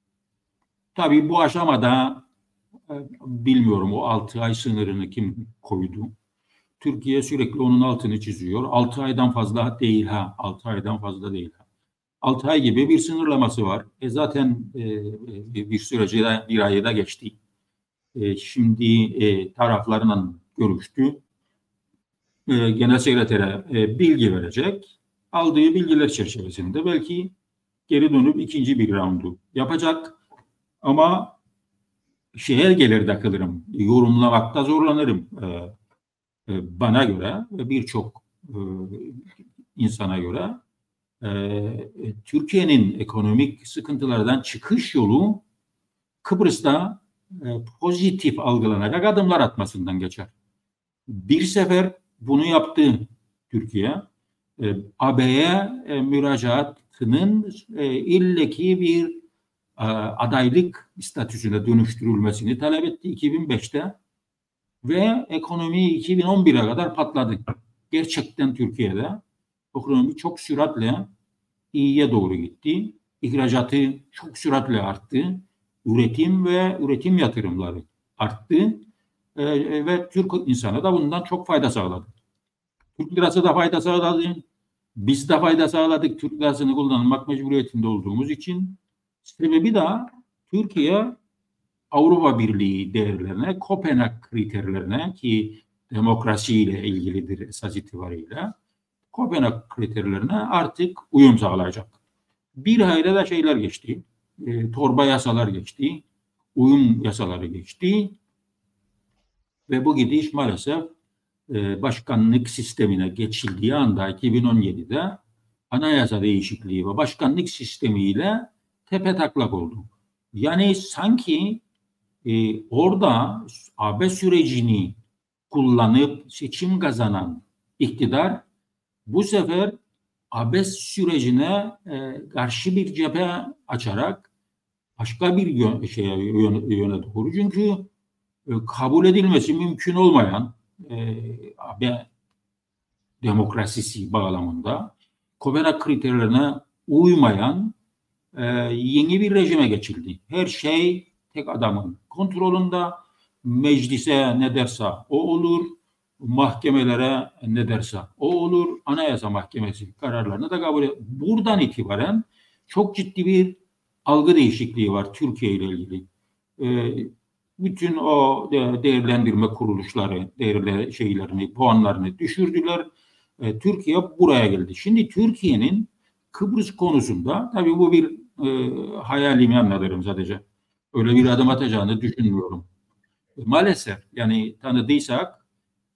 tabii bu aşamada e, bilmiyorum o altı ay sınırını kim koydu. Türkiye sürekli onun altını çiziyor. altı aydan fazla değil ha. altı aydan fazla değil ha. altı ay gibi bir sınırlaması var. E zaten e, bir süreci de bir ayı da geçti. E, şimdi e, taraflarla görüştü. E, Genel Sekretere e, bilgi verecek. Aldığı bilgiler çerçevesinde belki geri dönüp ikinci bir roundu yapacak. Ama şeye gelir takılırım. Yorumlamakta zorlanırım. E, e, bana göre ve birçok e, insana göre e, Türkiye'nin ekonomik sıkıntılardan çıkış yolu Kıbrıs'ta e, pozitif algılanacak adımlar atmasından geçer. Bir sefer bunu yaptı Türkiye. E, A B'ye e, müracaatının e, illeki bir e, adaylık statüsüne dönüştürülmesini talep etti iki bin beşte ve ekonomi iki bin on bire kadar patladı. Gerçekten Türkiye'de ekonomi çok süratle iyiye doğru gitti. İhracatı çok süratle arttı. Üretim ve üretim yatırımları arttı. Ee, ve Türk insanı da bundan çok fayda sağladı. Türk lirası da fayda sağladı. Biz de fayda sağladık. Türk lirasını kullanmak mecburiyetinde olduğumuz için. Sebebi de Türkiye Avrupa Birliği değerlerine, Kopenhag kriterlerine ki demokrasiyle ilgilidir esas itibariyle, Kopenhag kriterlerine artık uyum sağlayacak. Bir hayli de şeyler geçti. E, torba yasalar geçti. Uyum yasaları geçti. Ve bu gidiş maalesef e, başkanlık sistemine geçildiği anda iki bin on yedide anayasa değişikliği ve başkanlık sistemiyle tepetaklak oldu. Yani sanki e, orada A B sürecini kullanıp seçim kazanan iktidar bu sefer A B sürecine e, karşı bir cephe açarak başka bir yön, şeye, yöne, yöne doğru. Çünkü e, kabul edilmesi mümkün olmayan e, A B demokrasisi bağlamında Kopenhag kriterlerine uymayan e, yeni bir rejime geçildi. Her şey tek adamın kontrolünde, meclise ne derse o olur, mahkemelere ne derse o olur, Anayasa Mahkemesi kararlarını da kabul ediyor. Buradan itibaren çok ciddi bir algı değişikliği var Türkiye ile ilgili. E, bütün o değerlendirme kuruluşları değerli şeylerini, puanlarını düşürdüler. E, Türkiye buraya geldi. Şimdi Türkiye'nin Kıbrıs konusunda tabii bu bir e, hayalimi anlatırım sadece. Öyle bir adım atacağını düşünmüyorum. E, maalesef yani tanıdıysak,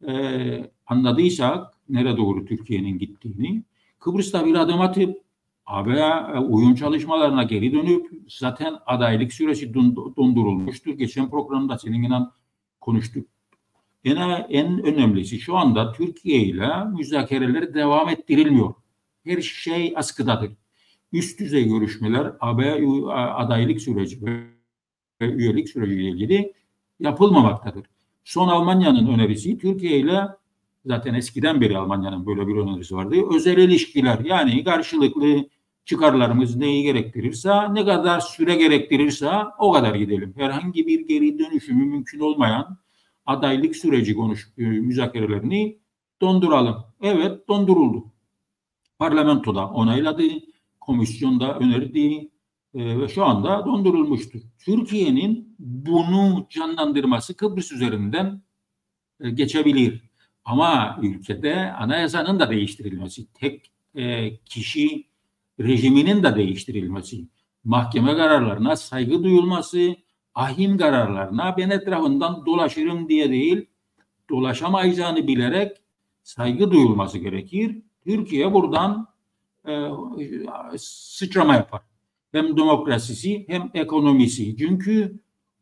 e, anladıysak nereye doğru Türkiye'nin gittiğini, Kıbrıs'ta bir adım atıp A B'ye uyum çalışmalarına geri dönüp zaten adaylık süreci dondurulmuştur. Geçen programda seninle konuştuk. En, en önemlisi şu anda Türkiye ile müzakereler devam ettirilmiyor. Her şey askıdadır. Üst düzey görüşmeler A B adaylık süreci ve üyelik süreciyle ilgili yapılmamaktadır. Son Almanya'nın önerisi Türkiye ile zaten eskiden beri Almanya'nın böyle bir önerisi vardı. Özel ilişkiler yani karşılıklı çıkarlarımız neyi gerektirirse, ne kadar süre gerektirirse o kadar gidelim. Herhangi bir geri dönüşümü mümkün olmayan adaylık süreci konuş müzakerelerini donduralım. Evet, donduruldu. Parlamentoda onayladı, komisyonda önerdi e, ve şu anda dondurulmuştur. Türkiye'nin bunu canlandırması Kıbrıs üzerinden e, geçebilir. Ama ülkede anayasanın da değiştirilmesi, tek e, kişi rejiminin de değiştirilmesi, mahkeme kararlarına saygı duyulması, ahim kararlarına ben etrafından dolaşırım diye değil, dolaşamayacağını bilerek saygı duyulması gerekir. Türkiye buradan e, sıçrama yapar. Hem demokrasisi hem ekonomisi. Çünkü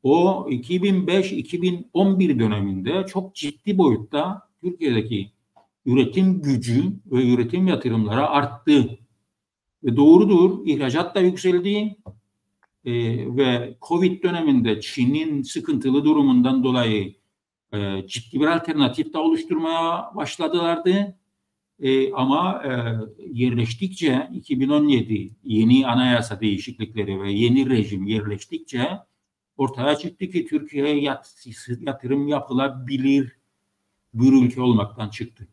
O iki bin beş iki bin on bir döneminde çok ciddi boyutta Türkiye'deki üretim gücü ve üretim yatırımları arttı. Ve doğrudur, ihracat da yükseldi. Ee, ve Covid döneminde Çin'in sıkıntılı durumundan dolayı e, ciddi bir alternatif de oluşturmaya başladılardı. E, ama e, yerleştikçe iki bin on yedi yeni anayasa değişiklikleri ve yeni rejim yerleştikçe ortaya çıktı ki Türkiye'ye yat, yatırım yapılabilir bir ülke olmaktan çıktı.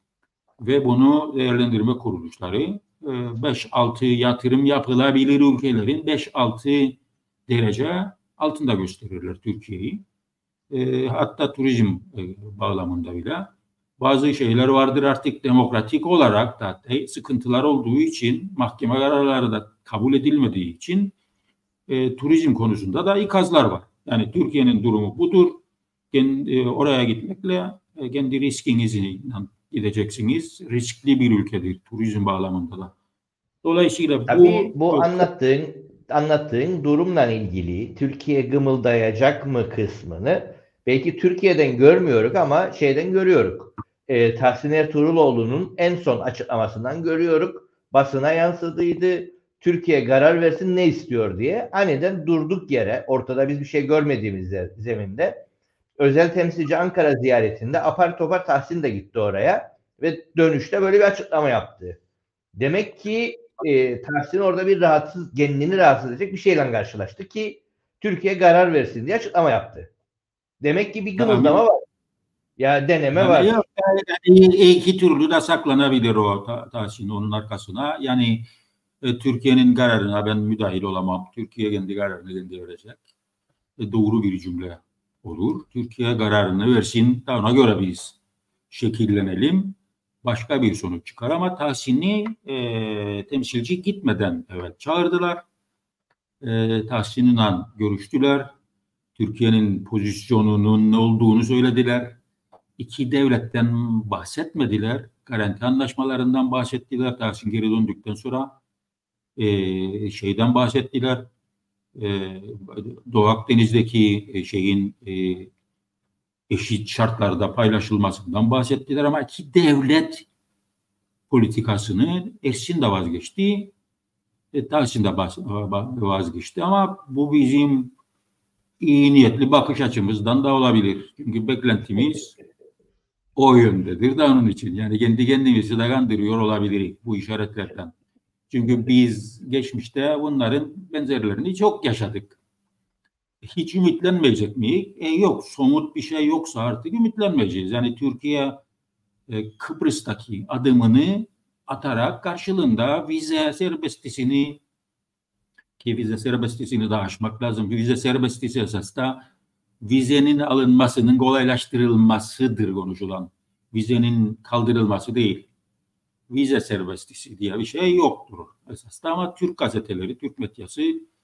Ve bunu değerlendirme kuruluşları beş altı yatırım yapılabilir ülkelerin beş altı derece altında gösterirler Türkiye'yi. E, hatta turizm e, bağlamında bile bazı şeyler vardır artık demokratik olarak da sıkıntılar olduğu için mahkeme kararları da kabul edilmediği için e, turizm konusunda da ikazlar var. Yani Türkiye'nin durumu budur. Kendi, e, oraya gitmekle e, kendi riskinizle gideceksiniz. Riskli bir ülkedir turizm bağlamında da. Dolayısıyla Tabii bu bu çok, anlattığın anlattığın durumla ilgili Türkiye gımıldayacak mı kısmını belki Türkiye'den görmüyoruz ama şeyden görüyoruz. E, Tahsin Ertuğruloğlu'nun en son açıklamasından görüyoruz. Basına yansıdıydı. Türkiye karar versin ne istiyor diye. Aniden durduk yere ortada biz bir şey görmediğimiz zeminde özel temsilci Ankara ziyaretinde apar topar Tahsin de gitti oraya ve dönüşte böyle bir açıklama yaptı. Demek ki e, Tahsin orada bir rahatsız, kendini rahatsız edecek bir şeyle karşılaştı ki Türkiye karar versin diye açıklama yaptı. Demek ki bir gımıldama var. Ya deneme yani, var. yok, yani iki türlü de saklanabilir o Tahsin onun arkasına. Yani e, Türkiye'nin kararına ben müdahil olamam. Türkiye kendi kararını kendi verecek. E, doğru bir cümle olur. Türkiye kararını versin. Da ona göre biz şekillenelim. Başka bir sonuç çıkar ama Tahsin'i e, temsilci gitmeden evet çağırdılar. E, Tahsin'le görüştüler. Türkiye'nin pozisyonunun ne olduğunu söylediler. İki devletten bahsetmediler. Garanti anlaşmalarından bahsettiler. Tahsin geri döndükten sonra e, şeyden bahsettiler. E, Doğu Akdeniz'deki e, şeyin e, eşit şartlarda paylaşılmasından bahsettiler ama iki devlet politikasını Ersin de vazgeçti. E, Tahsin de vazgeçti ama bu bizim iyi niyetli bakış açımızdan da olabilir. Çünkü beklentimiz o yöndedir de onun için. Yani kendi kendimizi de kandırıyor olabiliriz bu işaretlerden. Çünkü biz geçmişte bunların benzerlerini çok yaşadık. Hiç ümitlenmeyecek miyiz? E yok. Somut bir şey yoksa artık ümitlenmeyeceğiz. Yani Türkiye e, Kıbrıs'taki adımını atarak karşılığında vize serbestisini ki vize serbestisini de aşmak lazım. Vize serbestisi esas da vizenin alınmasının kolaylaştırılmasıdır konuşulan. Vizenin kaldırılması değil. Vize serbestisi diye bir şey yoktur esasında ama Türk gazeteleri, Türk medyası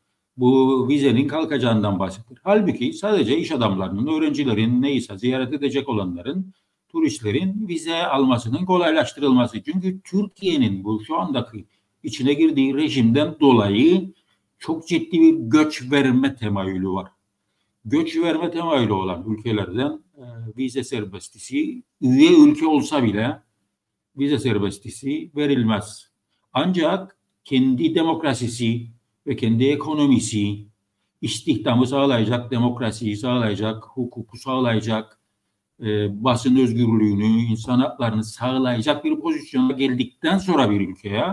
bu vizenin kalkacağından bahseder. Halbuki sadece iş adamlarının, öğrencilerin neyse ziyaret edecek olanların, turistlerin vize almasının kolaylaştırılması. Çünkü Türkiye'nin bu şu andaki içine girdiği rejimden dolayı çok ciddi bir göç verme temayülü var. Göç verme temayülü olan ülkelerden e, vize serbestisi, üye ülke olsa bile vize serbestisi verilmez. Ancak kendi demokrasisi ve kendi ekonomisi, istihdamı sağlayacak, demokrasiyi sağlayacak, hukuku sağlayacak, e, basın özgürlüğünü, insan haklarını sağlayacak bir pozisyona geldikten sonra bir ülkeye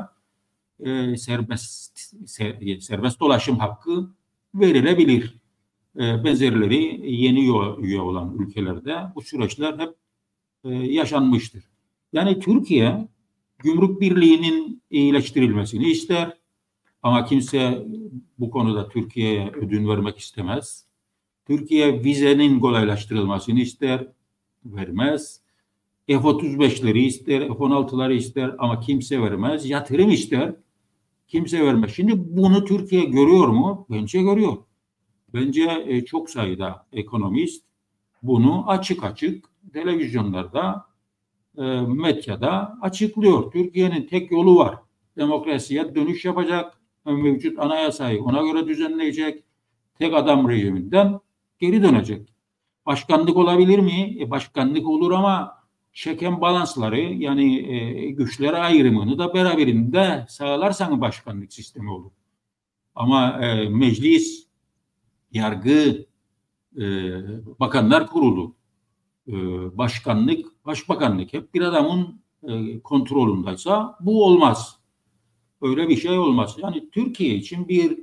e, serbest ser, serbest dolaşım hakkı verilebilir. E, benzerleri yeni üye olan ülkelerde bu süreçler hep e, yaşanmıştır. Yani Türkiye gümrük birliğinin iyileştirilmesini ister ama kimse bu konuda Türkiye'ye ödün vermek istemez. Türkiye vizenin kolaylaştırılmasını ister, vermez. F otuz beşleri ister, F on altıları ister ama kimse vermez. Yatırım ister, kimse vermez. Şimdi bunu Türkiye görüyor mu? Bence görüyor. Bence e, çok sayıda ekonomist bunu açık açık televizyonlarda, e, medyada açıklıyor. Türkiye'nin tek yolu var. Demokrasiye dönüş yapacak, mevcut anayasayı ona göre düzenleyecek, tek adam rejiminden geri dönecek. Başkanlık olabilir mi? E, başkanlık olur ama check and balansları yani e, güçler ayrımını da beraberinde sağlarsan başkanlık sistemi olur. Ama e, meclis, yargı, e, bakanlar kurulu, e, başkanlık, başbakanlık hep bir adamın e, kontrolündeyse bu olmaz. Öyle bir şey olmaz. Yani Türkiye için bir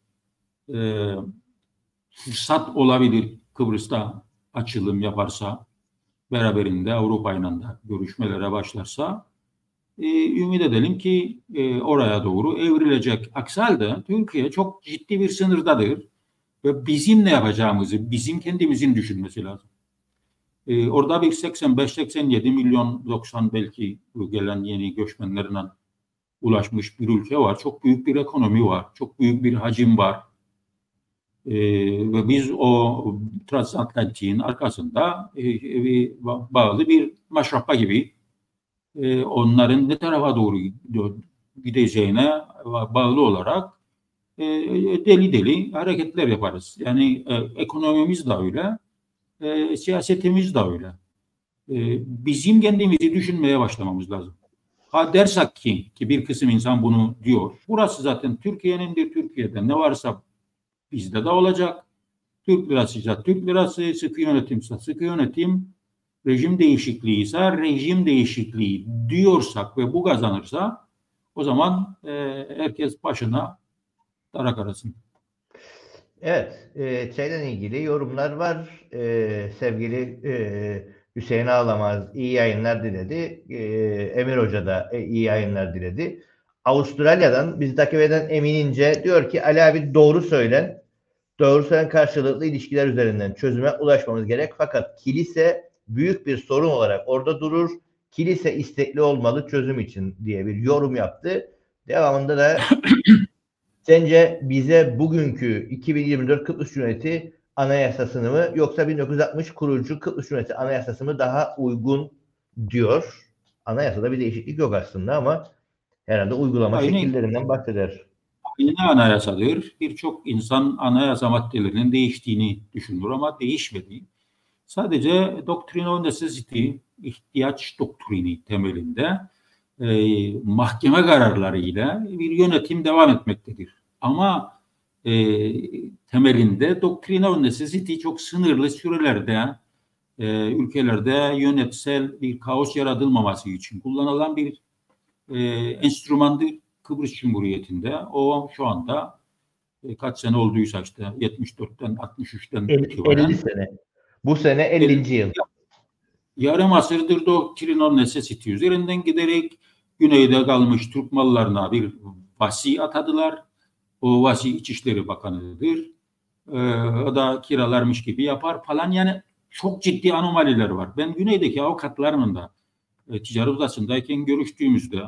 e, fırsat olabilir Kıbrıs'ta açılım yaparsa, beraberinde Avrupa'yla da görüşmelere başlarsa e, ümit edelim ki e, oraya doğru evrilecek. Aksi halde Türkiye çok ciddi bir sınırdadır ve bizim ne yapacağımızı, bizim kendimizin düşünmesi lazım. E, orada bir seksen beş seksen yedi milyon doksan belki gelen yeni göçmenlerine ulaşmış bir ülke var. Çok büyük bir ekonomi var. Çok büyük bir hacim var. Ee, ve biz o transatlantiğin arkasında e, e, bağlı bir maşrapa gibi e, onların ne tarafa doğru gideceğine bağlı olarak e, deli deli hareketler yaparız. Yani e, ekonomimiz de öyle, e, siyasetimiz de öyle. E, bizim kendimizi düşünmeye başlamamız lazım. Ha dersek ki, ki bir kısım insan bunu diyor. Burası zaten Türkiye'nindir, Türkiye'de ne varsa bizde de olacak. Türk lirası ise Türk lirası, sıkı yönetim ise sıkı yönetim, rejim değişikliği ise rejim değişikliği diyorsak ve bu kazanırsa o zaman e, herkes başına darak arasın. Evet, e, şeyden ilgili yorumlar var. E, sevgili e, Hüseyin Ağlamaz iyi yayınlar diledi. E, Emir Hoca da e, iyi yayınlar diledi. Avustralya'dan bizi takip eden Emin İnce diyor ki Ali abi doğru söylen. Doğru söylen karşılıklı ilişkiler üzerinden çözüme ulaşmamız gerek. Fakat kilise büyük bir sorun olarak orada durur. Kilise istekli olmalı çözüm için diye bir yorum yaptı. Devamında da sence bize bugünkü iki bin yirmi dört Kıbrıs Cumhuriyeti Anayasası'nı mı yoksa bin dokuz yüz altmış kurucu Kıbrıs Cumhuriyeti Anayasası mı daha uygun diyor. Anayasada bir değişiklik yok aslında ama herhalde uygulama Aynı, şekillerinden bahseder. aynı anayasadır. Birçok insan anayasa maddelerinin değiştiğini düşünür ama değişmedi. Sadece doctrine of necessity, ihtiyaç doktrini temelinde e, mahkeme kararlarıyla bir yönetim devam etmektedir. Ama e, temelinde doctrine of necessity çok sınırlı sürelerde e, ülkelerde yönetsel bir kaos yaratılmaması için kullanılan bir e, enstrümandır Kıbrıs Cumhuriyeti'nde. O şu anda e, kaç sene olduysa işte yetmiş dörtten altmış üçten itibaren elli sene. Bu sene ellinci yıl. Yarım asırdır Doctrine of Necessity üzerinden giderek güneyde kalmış Türk mallarına bir vasi atadılar. O vasi İçişleri Bakanı'dır. Ee, o da kiralarmış gibi yapar falan. Yani çok ciddi anomaliler var. Ben güneydeki avukatlarla da e, ticaret odasındayken görüştüğümüzde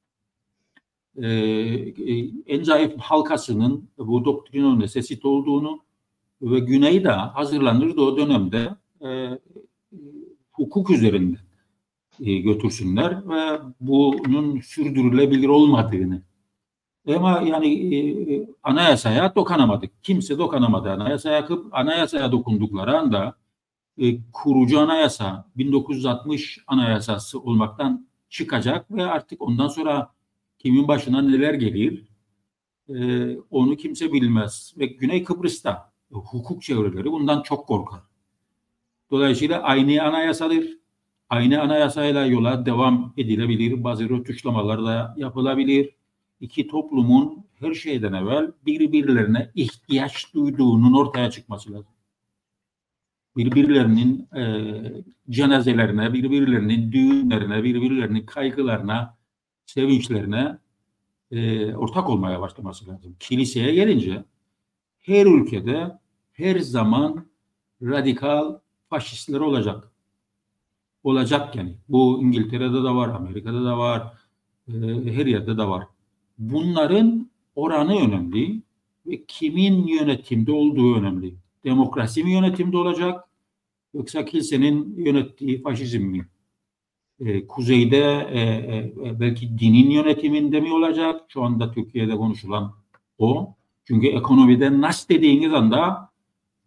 e, e, en zayıf halkasının bu Doctrine of Necessity olduğunu ve güneyde hazırlanırdı o dönemde e, hukuk üzerinde e, götürsünler ve bunun sürdürülebilir olmadığını. Ama yani e, anayasaya dokunamadık. Kimse dokunamadı anayasaya. Anayasaya dokundukları anda e, kurucu anayasa bin dokuz yüz altmış anayasası olmaktan çıkacak ve artık ondan sonra kimin başına neler gelir e, onu kimse bilmez. Ve Güney Kıbrıs'ta e, hukuk çevreleri bundan çok korkar. Dolayısıyla aynı anayasadır. Aynı anayasayla yola devam edilebilir. Bazı rötuşlamalar da yapılabilir. İki toplumun her şeyden evvel birbirlerine ihtiyaç duyduğunun ortaya çıkması lazım. Birbirlerinin e, cenazelerine, birbirlerinin düğünlerine, birbirlerinin kaygılarına, sevinçlerine e, ortak olmaya başlaması lazım. Kiliseye gelince her ülkede her zaman radikal faşistler olacak. Olacak yani. Bu İngiltere'de de var, Amerika'da da var, e, her yerde de var. Bunların oranı önemli ve kimin yönetimde olduğu önemli. Demokrasi mi yönetimde olacak yoksa kilisenin yönettiği faşizm mi? E, kuzeyde e, e, belki dinin yönetiminde mi olacak? Şu anda Türkiye'de konuşulan o. Çünkü ekonomide nas dediğiniz anda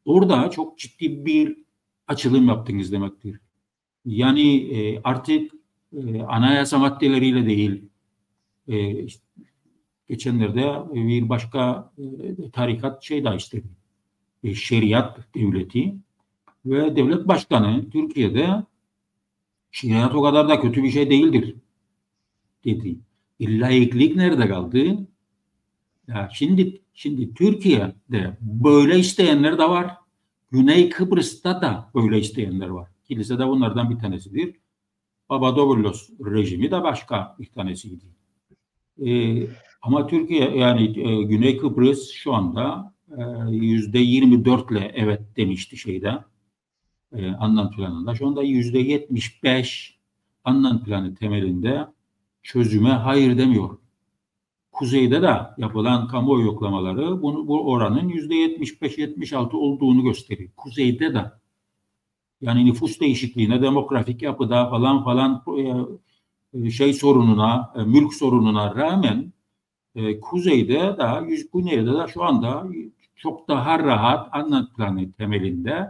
orada çok ciddi bir açılım yaptınız demektir. Yani e, artık e, anayasa maddeleriyle değil, e, işte geçenlerde bir başka e, tarikat şey daha istedi. E, şeriat devleti ve devlet başkanı Türkiye'de şeriat o kadar da kötü bir şey değildir dedi. E, laiklik nerede kaldı? Ya şimdi şimdi Türkiye'de böyle isteyenler de var. Güney Kıbrıs'ta da böyle isteyenler var. Kilise de bunlardan bir tanesidir. Papadopoulos rejimi de başka bir tanesiydi. Ee, ama Türkiye yani e, Güney Kıbrıs şu anda yüzde yirmi dörtle evet demişti şeyde e, Annan planında. Şu anda yüzde yetmiş beş Annan planı temelinde çözüme hayır demiyor. Kuzeyde de yapılan kamuoyu yoklamaları bunu, bu oranın yüzde yetmiş beş yetmiş altı olduğunu gösteriyor. Kuzeyde de yani nüfus değişikliğine, demografik yapıda falan falan e, şey sorununa, e, mülk sorununa rağmen e, kuzeyde de, güneyde de şu anda çok daha rahat Annan planı temelinde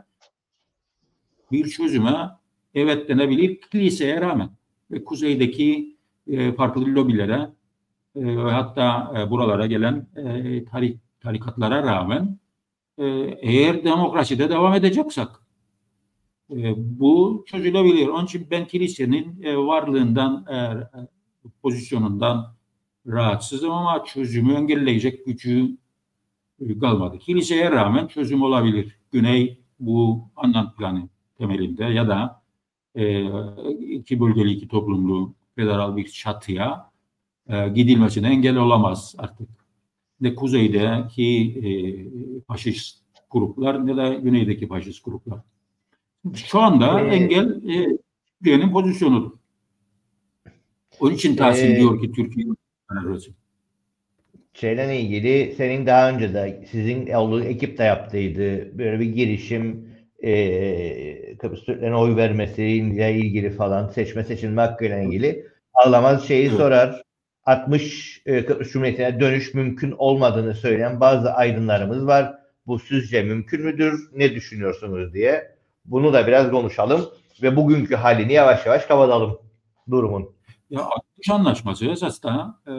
bir çözüme evet denebilir kiliseye rağmen ve kuzeydeki e, farklı lobilere e, ve hatta e, buralara gelen e, tarik, tarikatlara rağmen e, eğer demokraside devam edeceksek e, bu çözülebilir. Onun için ben kilisenin e, varlığından, e, pozisyonundan rahatsızım ama çözümü engelleyecek gücü e, kalmadı. Kiliseye rağmen çözüm olabilir. Güney bu Annan planı temelinde ya da e, iki bölgeli iki toplumlu federal bir çatıya e, gidilmesine engel olamaz artık. Ne kuzeydeki e, faşist gruplar ne de güneydeki faşist gruplar. Şu anda E, engel e, Türkiye'nin pozisyonudur. Onun için Tahsin e, diyor ki Türkiye'nin arası. Şeyle ilgili senin daha önce de sizin olduğu ekip de yaptıydı. Böyle bir girişim e, Kıbrıs Türklerine oy vermesiyle ilgili falan seçme seçilme hakkıyla ilgili Ağlamaz şeyi Evet. sorar. altmış e, Kıbrıs Cumhuriyeti'ne dönüş mümkün olmadığını söyleyen bazı aydınlarımız var. Bu sizce mümkün müdür? Ne düşünüyorsunuz diye. Bunu da biraz konuşalım ve bugünkü halini yavaş yavaş kapatalım durumun. Ya altmış Anlaşması esasında e,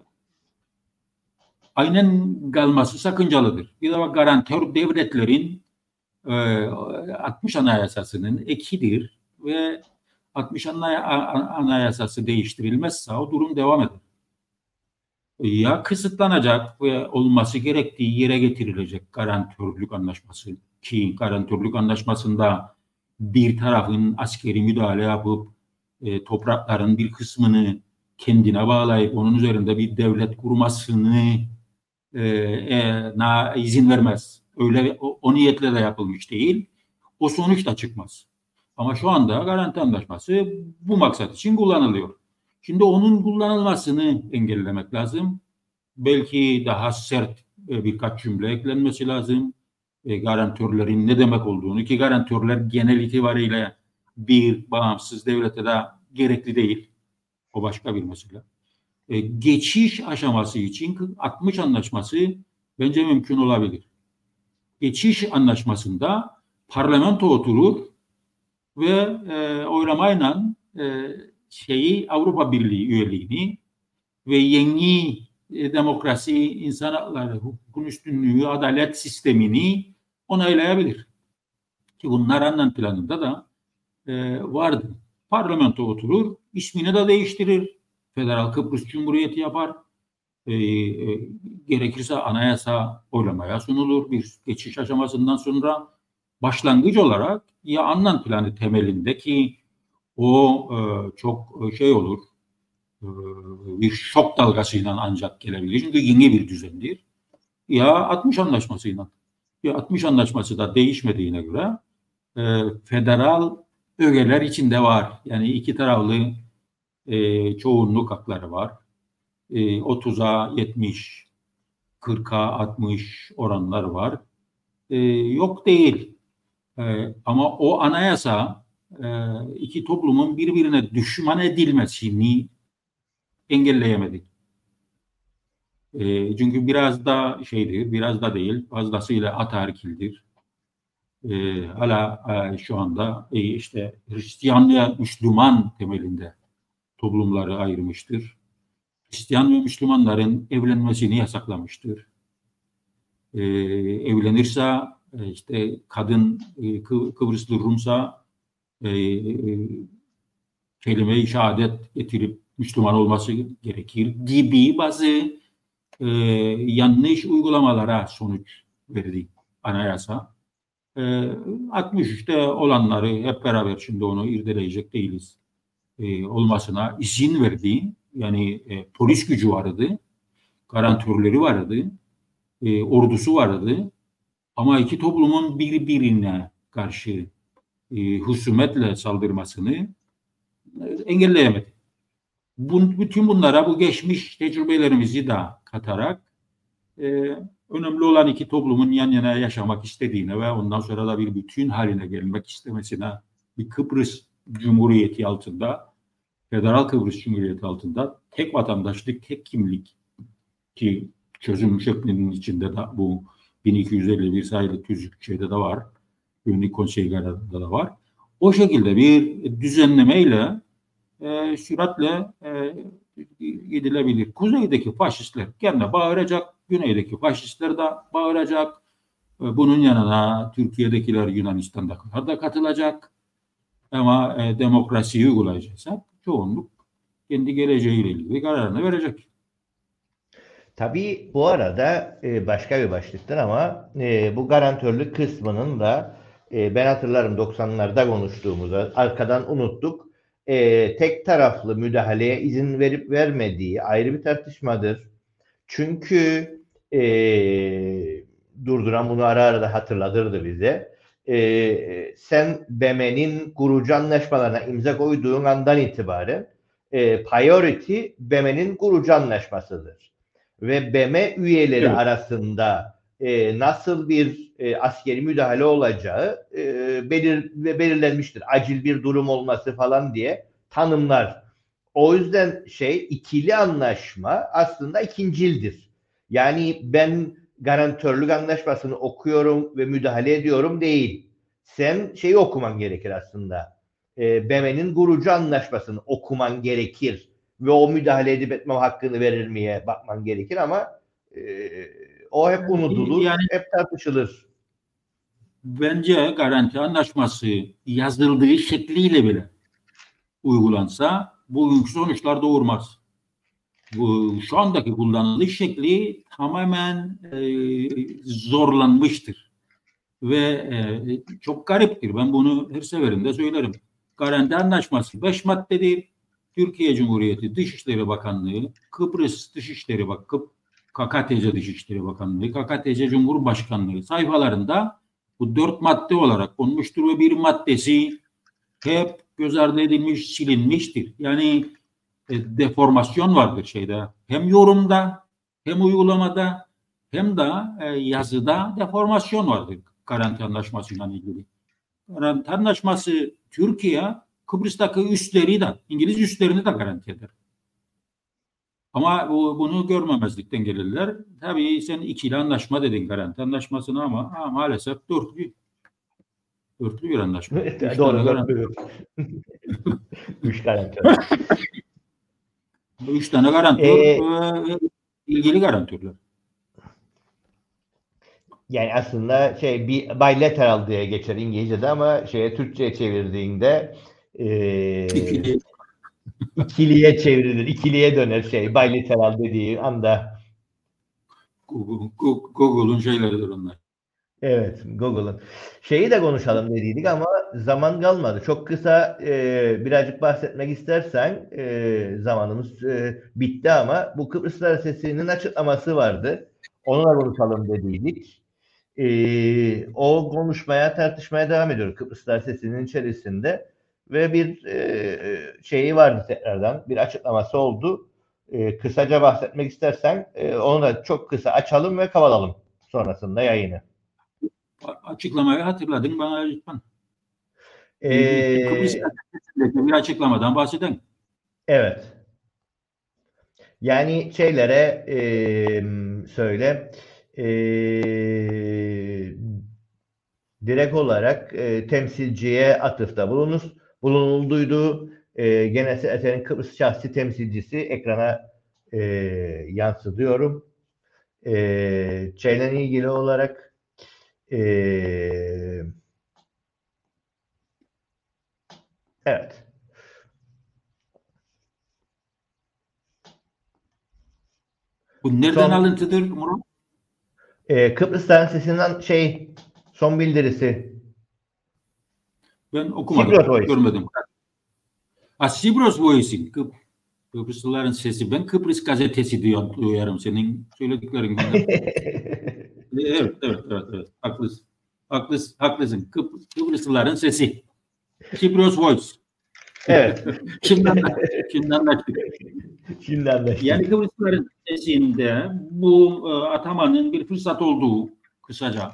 aynen kalması sakıncalıdır. Bir de bak garantör devletlerin e, altmış Anayasası'nın ekidir ve altmış Anayasası değiştirilmezse o durum devam eder. Ya kısıtlanacak ve olması gerektiği yere getirilecek garantörlük anlaşması ki garantörlük anlaşmasında bir tarafın askeri müdahale yapıp e, toprakların bir kısmını kendine bağlayıp onun üzerinde bir devlet kurmasını e, e, na, izin vermez. Öyle o, o niyetle de yapılmış değil. O sonuç da çıkmaz. Ama şu anda garanti anlaşması bu maksat için kullanılıyor. Şimdi onun kullanılmasını engellemek lazım. Belki daha sert e, birkaç cümle eklenmesi lazım. E, garantörlerin ne demek olduğunu ki garantörler genel itibariyle bir bağımsız devlete de gerekli değil. O başka bir mesele. E, geçiş aşaması için altmış Anlaşması bence mümkün olabilir. Geçiş anlaşmasında parlamento oturur ve e, oylamayla e, şeyi Avrupa Birliği üyeliğini ve yeni e, demokrasi, insan hakları, hukukun üstünlüğü, adalet sistemini onaylayabilir. Ki bunlar Annan planında da e, vardı. Parlamento oturur, ismini de değiştirir. Federal Kıbrıs Cumhuriyeti yapar. E, e, gerekirse anayasa oylamaya sunulur. Bir geçiş aşamasından sonra başlangıç olarak ya Annan planı temelindeki o e, çok şey olur, e, bir şok dalgasıyla ancak gelebilir. Çünkü yeni bir düzendir. Ya altmış Anlaşmasıyla. Ya altmış Anlaşması da değişmediğine göre e, federal ögeler içinde var. Yani iki taraflı e, çoğunluk hakları var. E, otuza yetmiş, kırka altmış oranlar var. E, yok değil. E, ama o anayasa e, iki toplumun birbirine düşman edilmesini engelleyemedik. E, çünkü biraz da şeydir, biraz da değil, fazlasıyla ataerkildir. e, hala e, şu anda e, işte Hristiyanlığa Müslüman temelinde toplumları ayırmıştır. Hristiyan ve Müslümanların evlenmesini yasaklamıştır. E, evlenirse e, işte kadın e, Kı- Kıbrıslı Rumsa e, e, kelime-i şehadet getirip Müslüman olması gerekir gibi bazı e, yanlış uygulamalara sonuç verdi anayasa. E, altmış üçte olanları hep beraber şimdi onu irdeleyecek değiliz. E, olmasına izin verdi. Yani e, polis gücü vardı, garantörleri vardı, e, ordusu vardı. Ama iki toplumun birbirine karşı e, husumetle saldırmasını e, engelleyemedi. Bu, bütün bunlara bu geçmiş tecrübelerimizi de katarak e, önemli olan iki toplumun yan yana yaşamak istediğine ve ondan sonra da bir bütün haline gelmek istemesine bir Kıbrıs Cumhuriyeti altında, Federal Kıbrıs Cumhuriyeti altında tek vatandaşlık, tek kimlik ki çözüm şeklinin içinde de bu bin iki yüz elli bir sayılı tüzük şeyde de var. Güvenlik Konseyi kararında da var. O şekilde bir düzenlemeyle e, süratle e, gidilebilir. Kuzeydeki faşistler gene bağıracak, güneydeki faşistler de bağıracak. E, bunun yanına Türkiye'dekiler Yunanistan'da da katılacak. Ama e, demokrasiyi uygulayacaksa çoğunluk kendi geleceğiyle ilgili kararını verecek. Tabii bu arada e, başka bir başlıktır ama e, bu garantörlük kısmının da e, ben hatırlarım doksanlarda konuştuğumuzda arkadan unuttuk. E, tek taraflı müdahaleye izin verip vermediği ayrı bir tartışmadır. Çünkü e, Durduran bunu ara ara da hatırlatırdı bize. E, sen B M N'nin kurucu anlaşmalarına imza koyduğun andan itibaren e, priority B M N'nin kurucu anlaşmasıdır. Ve B M üyeleri Evet. arasında e, nasıl bir e, askeri müdahale olacağı e, belir ve belirlenmiştir. Acil bir durum olması falan diye tanımlar. O yüzden şey ikili anlaşma aslında ikincildir. Yani ben garantörlük anlaşmasını okuyorum ve müdahale ediyorum değil. Sen şeyi okuman gerekir aslında. E, B M N'nin kurucu anlaşmasını okuman gerekir ve o müdahale edip etmem hakkını verir miye bakman gerekir ama e, o hep unutulur, Yani hep tartışılır. bence garanti anlaşması yazıldığı şekliyle bile uygulansa bugünkü sonuçlar doğurmaz. Bu şu andaki kullanılış şekli tamamen e, zorlanmıştır ve e, çok gariptir. Ben bunu her seferinde söylerim. Garanti anlaşması beş maddedir. Türkiye Cumhuriyeti Dışişleri Bakanlığı, Kıbrıs Dışişleri Bak K K T C Dışişleri Bakanlığı, K K T C Cumhurbaşkanlığı sayfalarında bu dört madde olarak konmuştur ve bir maddesi hep göz ardı edilmiş, silinmiştir. Yani e, deformasyon vardır şeyde. Hem yorumda, hem uygulamada, hem de e, yazıda deformasyon vardır garanti anlaşmasıyla ilgili. Garanti anlaşması Türkiye, Kıbrıs'taki üsleri de, İngiliz üslerini de garanti eder. Ama bu, bunu görmemezlikten gelirler. Tabii sen ikili anlaşma dedin garanti anlaşmasına ama ha, maalesef dörtlü. Dörtlü bir anlaşma. Üç Doğru, tane garanti. dörtlü. Üç garantör. Üç tane garantör E, ve ilgili garantörler. Yani aslında şey bir bilateral diye geçer İngilizce'de ama şeye Türkçe'ye çevirdiğinde e, İkili. ikiliye çevrilir, ikiliye döner şey bilateral dediği anda. Google, Google'un şeyleridir onlar. Evet, Google'ın. Şeyi de konuşalım dediydik ama zaman kalmadı. Çok kısa e, birazcık bahsetmek istersen e, zamanımız e, bitti ama bu Kıbrıslar Sesi'nin açıklaması vardı. Onu da konuşalım dediydik. E, o konuşmaya, tartışmaya devam ediyor Kıbrıslar Sesi'nin içerisinde ve bir e, şeyi vardı tekrardan, bir açıklaması oldu. E, kısaca bahsetmek istersen e, onu da çok kısa açalım ve kapatalım sonrasında yayını. Açıklamayı hatırladın bana lütfen. Ee, Kıbrıs Ee, bir açıklamadan bahsedelim. evet. Yani şeylere e, söyle e, direkt olarak e, temsilciye atıfta bulunur, bulunulduydu. E, gene senin Kıbrıs şahsi temsilcisi ekrana e, yansıtıyorum. E, şeyle ilgili olarak e, evet. Bu nereden Son alıntıdır Murat? e, Kıbrıs'tan sesinden şey son bildirisi. Ben okumadım, Cypriot Voice. görmedim. Ha, Sibros Voice'in, Kıp Kıbrıslıların sesi. Ben Kıbrıs gazetesi diyor, duyarım senin söylediklerinden. Evet, evet, evet, evet. Haklısın. Haklısın, haklısın. Kıp Kıbrıslıların sesi. Cypriot Voice. Evet. Şimdi, şimdi anlaştık. Şimdi anlaştık. Yani Kıbrıslıların sesinde bu e, atamanın bir fırsat olduğu kısaca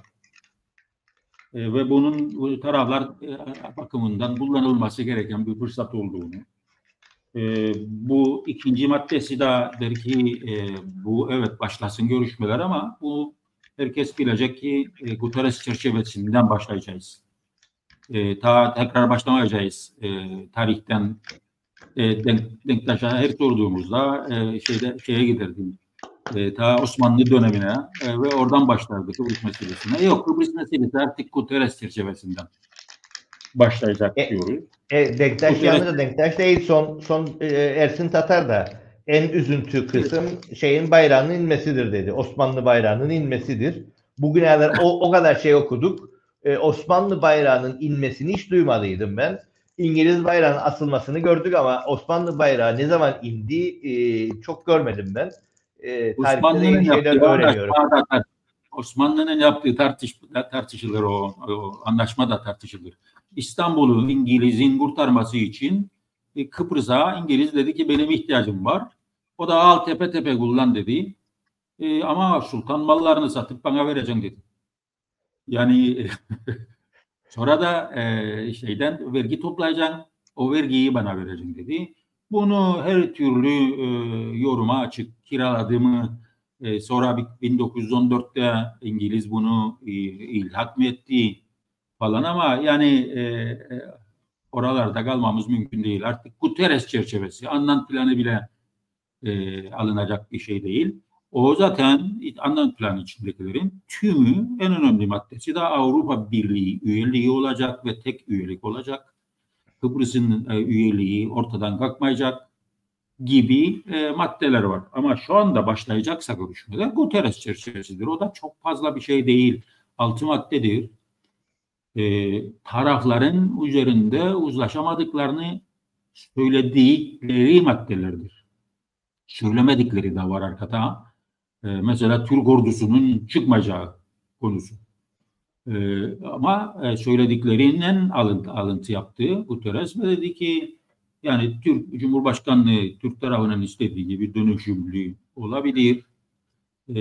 e, ve bunun bu taraflar e, bakımından kullanılması gereken bir fırsat olduğunu. E, bu ikinci maddesi de der ki e, bu evet başlasın görüşmeler ama bu herkes bilecek ki e, Guterres çerçevesinden başlayacağız. E, ta tekrar başlamayacağız e, tarihten e, denk, denktaşa her sorduğumuzda e, şeyde şeye giderdim. E, ta Osmanlı dönemine e, ve oradan başlardı Kıbrıs meselesine. Yok, Kıbrıs meselesi artık Guterres çerçevesinden başlayacak E, diyoruz. e, Denktaş Guterres, yalnız Denktaş değil. Son son e, Ersin Tatar da en üzüntü kısım şeyin bayrağının inmesidir dedi. Osmanlı bayrağının inmesidir. Bugüne kadar o, o kadar şey okuduk. E, Osmanlı bayrağının inmesini hiç duymadıydım ben. İngiliz bayrağının asılmasını gördük ama Osmanlı bayrağı ne zaman indi e, çok görmedim ben. E, tarihte de Osmanlı'nın yeni şeyler yaptığı öğreniyorum. anlaşma da Osmanlı'nın yaptığı tartış, tartışılır o, o anlaşma da tartışılır. İstanbul'u İngiliz'in kurtarması için e, Kıbrıs'a İngiliz dedi ki benim ihtiyacım var. O da al tepe tepe kullan dedi. E, ama sultan mallarını satıp bana vereceksin dedi. Yani sonra da e, şeyden vergi toplayacaksın. O vergiyi bana vereceksin dedi. Bunu her türlü e, yoruma açık, kiraladığımı e, sonra bin dokuz yüz on dörtte İngiliz bunu e, ilhak mı etti falan ama yani e, e, oralarda kalmamız mümkün değil. Artık Guterres çerçevesi, Annan planı bile e, alınacak bir şey değil. O zaten Annan planı içindekilerin tümü en önemli maddesi de Avrupa Birliği üyeliği olacak ve tek üyelik olacak. Kıbrıs'ın e, üyeliği ortadan kalkmayacak gibi e, maddeler var. Ama şu anda başlayacaksa görüşmeler Guterres çerçevesidir. O da çok fazla bir şey değil. Altı maddedir. E, tarafların üzerinde uzlaşamadıklarını söyledikleri maddelerdir. Söylemedikleri de var arkada. E, mesela Türk ordusunun çıkmayacağı konusu. E, ama e, söylediklerinden alıntı, alıntı yaptı Guterres ve dedi ki yani Türk Cumhurbaşkanlığı Türk tarafının istediği gibi dönüşümlü olabilir. E,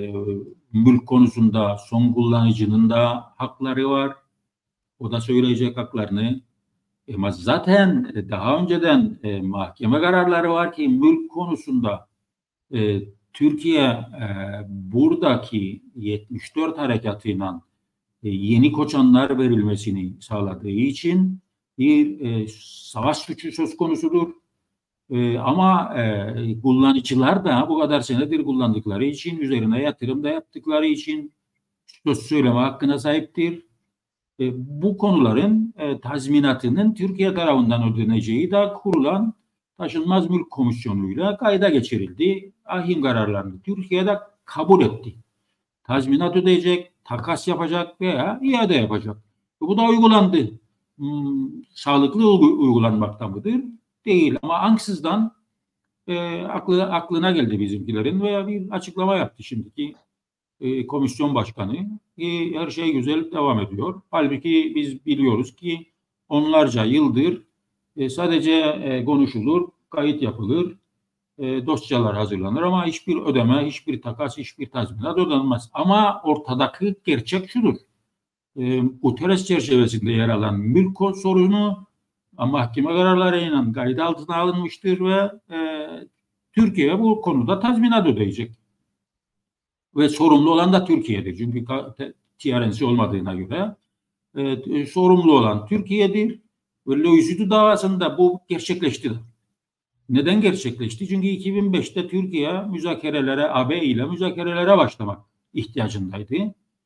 mülk konusunda son kullanıcının da hakları var. O da söyleyecek haklarını. E, ama zaten daha önceden e, mahkeme kararları var ki mülk konusunda e, Türkiye e, buradaki yetmiş dört harekatıyla e, yeni koçanlar verilmesini sağladığı için bir e, savaş suçu söz konusudur. E, ama e, kullanıcılar da bu kadar senedir kullandıkları için, üzerine yatırım da yaptıkları için söz söyleme hakkına sahiptir. E, bu konuların e, tazminatının Türkiye tarafından ödeneceği de kurulan Taşınmaz Mülk Komisyonu'yla kayda geçirildi. Ahim kararlarını Türkiye'de kabul etti. Tazminat ödeyecek, takas yapacak veya iade yapacak. Bu da uygulandı. Hmm, sağlıklı uygulanmakta mıdır? Değil. Ama ansızdan e, aklı, aklına geldi bizimkilerin veya bir açıklama yaptı şimdiki e, komisyon başkanı. E, her şey güzel devam ediyor. Halbuki biz biliyoruz ki onlarca yıldır e, sadece e, konuşulur, kayıt yapılır, e, dosyalar hazırlanır ama hiçbir ödeme, hiçbir takas, hiçbir tazminat ödenmez. Ama ortadaki gerçek şudur. E, Guterres çerçevesinde yer alan mülk sorunu mahkeme kararlarıyla kayıt altına alınmıştır ve e, Türkiye bu konuda tazminat ödeyecek. Ve sorumlu olan da Türkiye'dir. Çünkü T R N C olmadığına göre e, sorumlu olan Türkiye'dir. Ve Lojitü davasında bu gerçekleşti. Neden gerçekleşti? Çünkü iki bin beşte Türkiye müzakerelere, A B ile müzakerelere başlamak ihtiyacındaydı.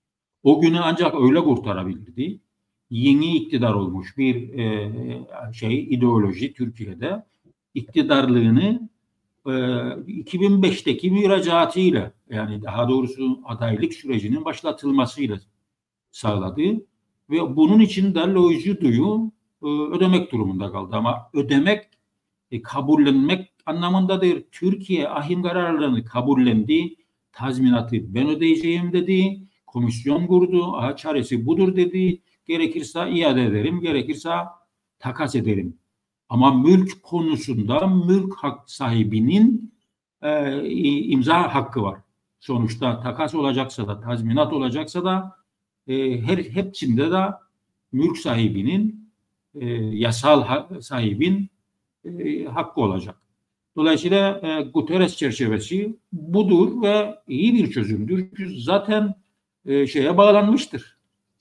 O günü ancak öyle kurtarabilirdi. Yeni iktidar olmuş bir e, şey ideoloji Türkiye'de iktidarlığını e, iki bin beşteki müracaatıyla, yani daha doğrusu adaylık sürecinin başlatılmasıyla sağladı ve bunun için de Lojitü'yü e, ödemek durumunda kaldı. Ama ödemek e, kabullenmek anlamındadır. Türkiye ahim kararlarını kabullendi. Tazminatı ben ödeyeceğim dedi. Komisyon kurdu. Aha, çaresi budur dedi. Gerekirse iade ederim, gerekirse takas ederim. Ama mülk konusunda mülk hak sahibinin e, imza hakkı var. Sonuçta takas olacaksa da, tazminat olacaksa da e, her hepsinde de mülk sahibinin, e, yasal ha, sahibin e, hakkı olacak. Dolayısıyla e, Guterres çerçevesi budur ve iyi bir çözümdür. Zaten e, şeye bağlanmıştır.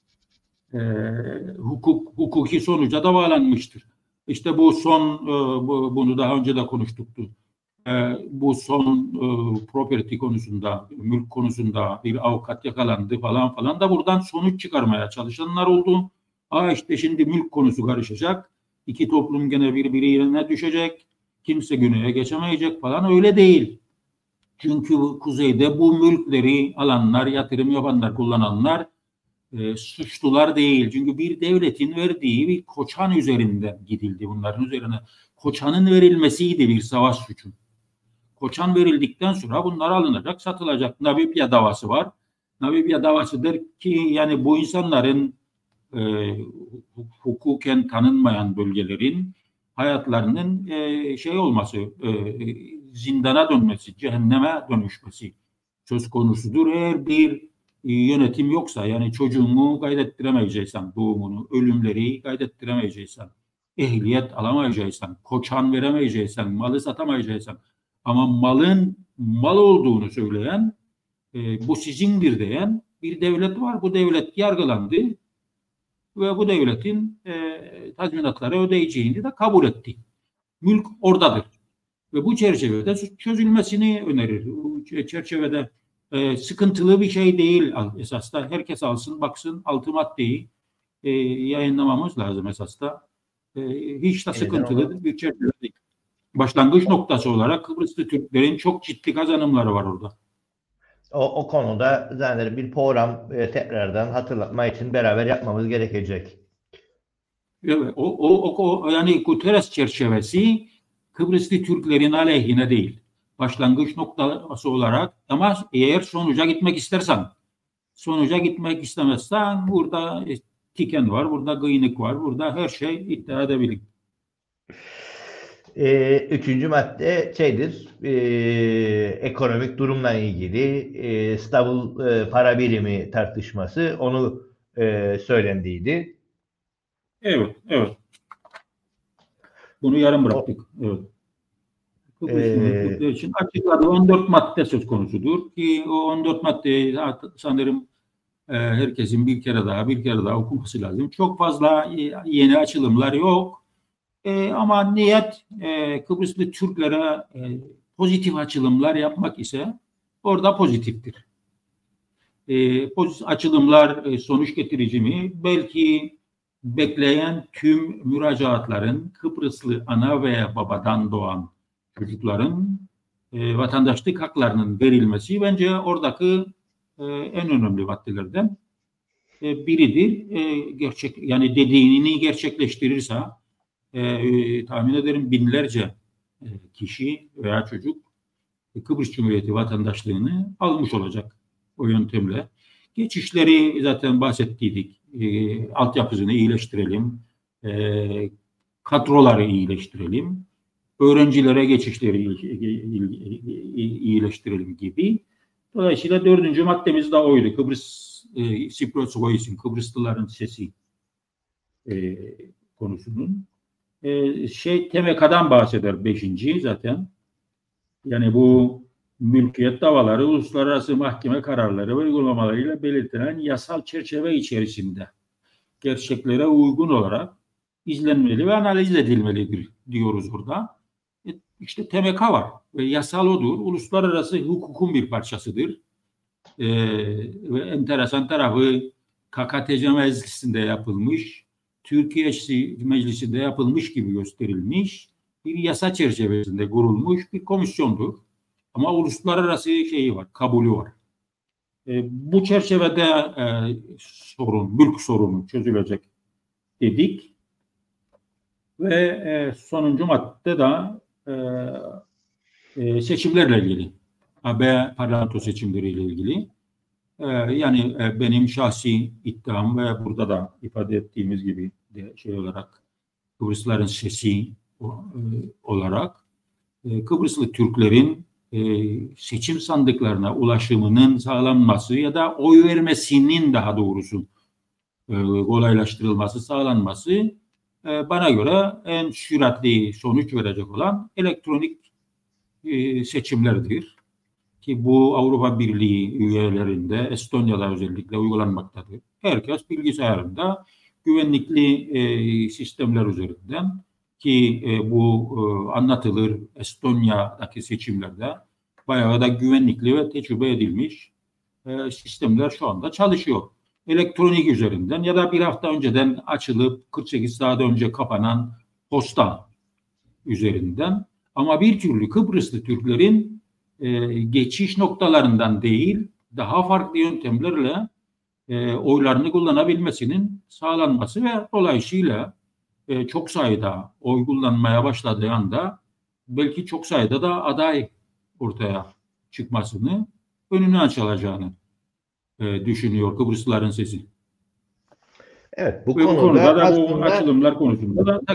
E, hukuk hukuki sonuca da bağlanmıştır. İşte bu son e, bu, bunu daha önce de konuştuktu. E, bu son e, property konusunda, mülk konusunda bir avukat yakalandı falan falan da buradan sonuç çıkarmaya çalışanlar oldu. Aa işte şimdi mülk konusu karışacak. İki toplum gene birbirine düşecek. Kimse güneye geçemeyecek falan, öyle değil. Çünkü kuzeyde bu mülkleri alanlar, yatırım yapanlar, kullananlar e, suçlular değil. Çünkü bir devletin verdiği bir koçan üzerinden gidildi bunların üzerine. Koçanın verilmesiydi bir savaş suçu. Koçan verildikten sonra bunlar alınacak, satılacak. Namibya davası var. Namibya davasıdır ki yani bu insanların e, hukuken tanınmayan bölgelerin hayatlarının e, şey olması, e, zindana dönmesi, cehenneme dönüşmesi söz konusudur. Eğer bir e, yönetim yoksa, yani çocuğunu kaydettiremeyeceksen, doğumunu, ölümleri kaydettiremeyeceksen, ehliyet alamayacaksan, koçan veremeyeceksen, malı satamayacaksan, ama malın mal olduğunu söyleyen, e, bu sizindir diyen bir devlet var. Bu devlet yargılandı ve bu devletin e, tazminatları ödeyeceğini de kabul etti. Mülk oradadır. Ve bu çerçevede çözülmesini önerir. Bu çerçevede e, sıkıntılı bir şey değil esas da. Herkes alsın, baksın, altı maddeyi e, yayınlamamız lazım esas da. E, hiç de sıkıntılı evet, bir çerçeve değil. Başlangıç noktası olarak Kıbrıslı Türklerin çok ciddi kazanımları var orada. O, o konuda zannederim bir program e, tekrardan hatırlatma için beraber yapmamız gerekecek. Evet, o, o, o yani Guterres çerçevesi Kıbrıslı Türklerin aleyhine değil. Başlangıç noktası olarak, ama eğer sonuca gitmek istersen, sonuca gitmek istemezsen burada tiken var, burada gıyınık var, burada her şey iddia edebilir. Ee, üçüncü madde şeydir, e, ekonomik durumla ilgili e, stabil e, para birimi tartışması, onu e, söylendiydi. Evet, evet. Bunu yarım bıraktık. O, evet. Kıbrıs ee, için açıkladığı on dört madde söz konusudur ki o on dört maddeyi sanırım e, herkesin bir kere daha bir kere daha okuması lazım. Çok fazla e, yeni açılımlar yok. E, ama niyet e, Kıbrıslı Türklere e, pozitif açılımlar yapmak ise orada pozitiftir. E, pozitif açılımlar e, sonuç getirici mi? Belki bekleyen tüm müracaatların Kıbrıslı ana veya babadan doğan çocukların e, vatandaşlık haklarının verilmesi bence oradaki e, en önemli maddelerden e, biridir. E, gerçek, yani dediğini gerçekleştirirse e, e, tahmin ederim binlerce e, kişi veya çocuk e, Kıbrıs Cumhuriyeti vatandaşlığını almış olacak o yöntemle. Geçişleri zaten bahsettiydik. E, altyapısını iyileştirelim, e, kadroları iyileştirelim, öğrencilere geçişleri iyileştirelim gibi. Dolayısıyla dördüncü maddemiz de oydu. Kıbrıs e, Cypriot Voice'in, Kıbrıslıların sesi e, konusunun. E, şey T M K'dan bahseder beşinci zaten. Yani bu mülkiyet davaları uluslararası mahkeme kararları ve uygulamalarıyla belirtilen yasal çerçeve içerisinde gerçeklere uygun olarak izlenmeli ve analiz edilmelidir diyoruz burada. E, işte T M K var ve yasal odur. Uluslararası hukukun bir parçasıdır. E, ve enteresan tarafı K K T C Meclisi'nde yapılmış, Türkiye Meclisi'nde yapılmış gibi gösterilmiş bir yasa çerçevesinde kurulmuş bir komisyondur. Ama uluslararası şeyi var, kabulü var. E, bu çerçevede e, sorun, mülk sorunu çözülecek dedik. Ve e, sonuncu madde de e, e, seçimlerle ilgili. A B parlamento seçimleriyle ilgili. E, yani e, benim şahsi iddiam ve burada da ifade ettiğimiz gibi de şey olarak Kıbrıslıların sesi o, e, olarak e, Kıbrıslı Türklerin e, seçim sandıklarına ulaşımının sağlanması ya da oy vermesinin daha doğrusu e, kolaylaştırılması, sağlanması e, bana göre en süratli sonuç verecek olan elektronik e, seçimlerdir. Ki bu Avrupa Birliği üyelerinde Estonya'da özellikle uygulanmaktadır. Herkes bilgisayarında güvenlikli e, sistemler üzerinden ki e, bu e, anlatılır Estonya'daki seçimlerde bayağı da güvenlikli ve tecrübe edilmiş e, sistemler şu anda çalışıyor. Elektronik üzerinden ya da bir hafta önceden açılıp kırk sekiz saat önce kapanan posta üzerinden ama bir türlü Kıbrıslı Türklerin e, geçiş noktalarından değil daha farklı yöntemlerle e, oylarını kullanabilmesinin sağlanması ve dolayısıyla e, çok sayıda oy kullanmaya başladığı anda belki çok sayıda da aday ortaya çıkmasını önünü açılacağını e, düşünüyor Kıbrıslıların sesi. Evet, bu ve konuda, bu konuda da aslında bu açılımlar konusunda da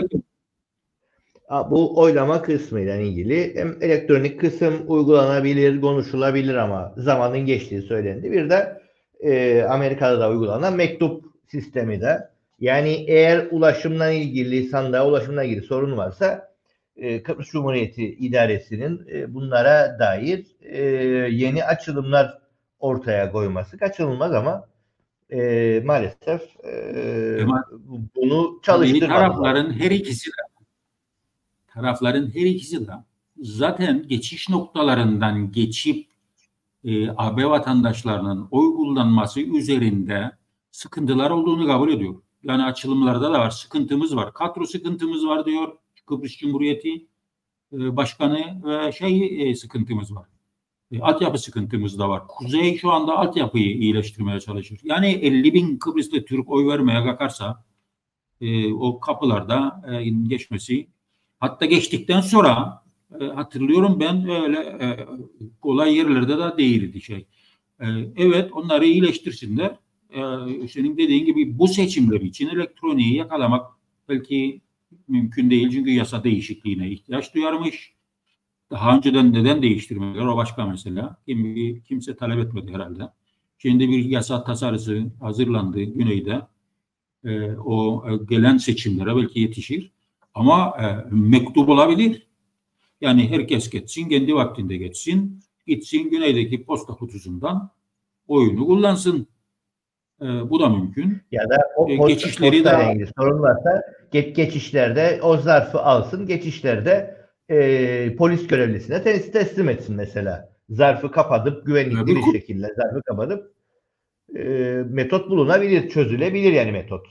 bu oylama kısmıyla ilgili hem elektronik kısım uygulanabilir, konuşulabilir ama zamanın geçtiği söylendi. Bir de e, Amerika'da da uygulanan mektup sistemi de. Yani eğer ulaşımla ilgili, sandığa ulaşımla ilgili sorun varsa e, Kıbrıs Cumhuriyeti İdaresi'nin e, bunlara dair e, yeni açılımlar ortaya koyması kaçınılmaz ama e, maalesef e, bunu çalıştırmadılar. tarafların her ikisi de tarafların her ikisi de zaten geçiş noktalarından geçip e, A B vatandaşlarının oy kullanması üzerinde sıkıntılar olduğunu kabul ediyor. Yani açılımlarda da var, sıkıntımız var. Kadro sıkıntımız var diyor Kıbrıs Cumhuriyeti e, Başkanı ve şey e, sıkıntımız var. E, altyapı sıkıntımız da var. Kuzey şu anda altyapıyı iyileştirmeye çalışır. Yani elli bin Kıbrıslı Türk oy vermeye kalkarsa e, o kapılarda e, geçmesi, hatta geçtikten sonra e, hatırlıyorum ben öyle e, kolay yerlerde de değildi şey. E, evet onları iyileştirsinler. E, senin dediğin gibi bu seçimler için elektroniği yakalamak belki mümkün değil çünkü yasa değişikliğine ihtiyaç duyarmış. Daha önceden neden değiştirmediler o başka mesela. Kim, kimse talep etmedi herhalde. Şimdi bir yasa tasarısı hazırlandı güneyde. E, o e, gelen seçimlere belki yetişir. Ama e, mektup olabilir. Yani herkes geçsin, kendi vaktinde geçsin. Gitsin güneydeki posta kutusundan oyunu kullansın. E, bu da mümkün. Ya da o e, posta, geçişleri postayla de ilgili sorun varsa geç, geçişlerde o zarfı alsın. Geçişlerde e, polis görevlisine teslim etsin mesela. Zarfı kapatıp güvenlikli bir, bir şekilde zarfı kapatıp e, metot bulunabilir, çözülebilir yani metot.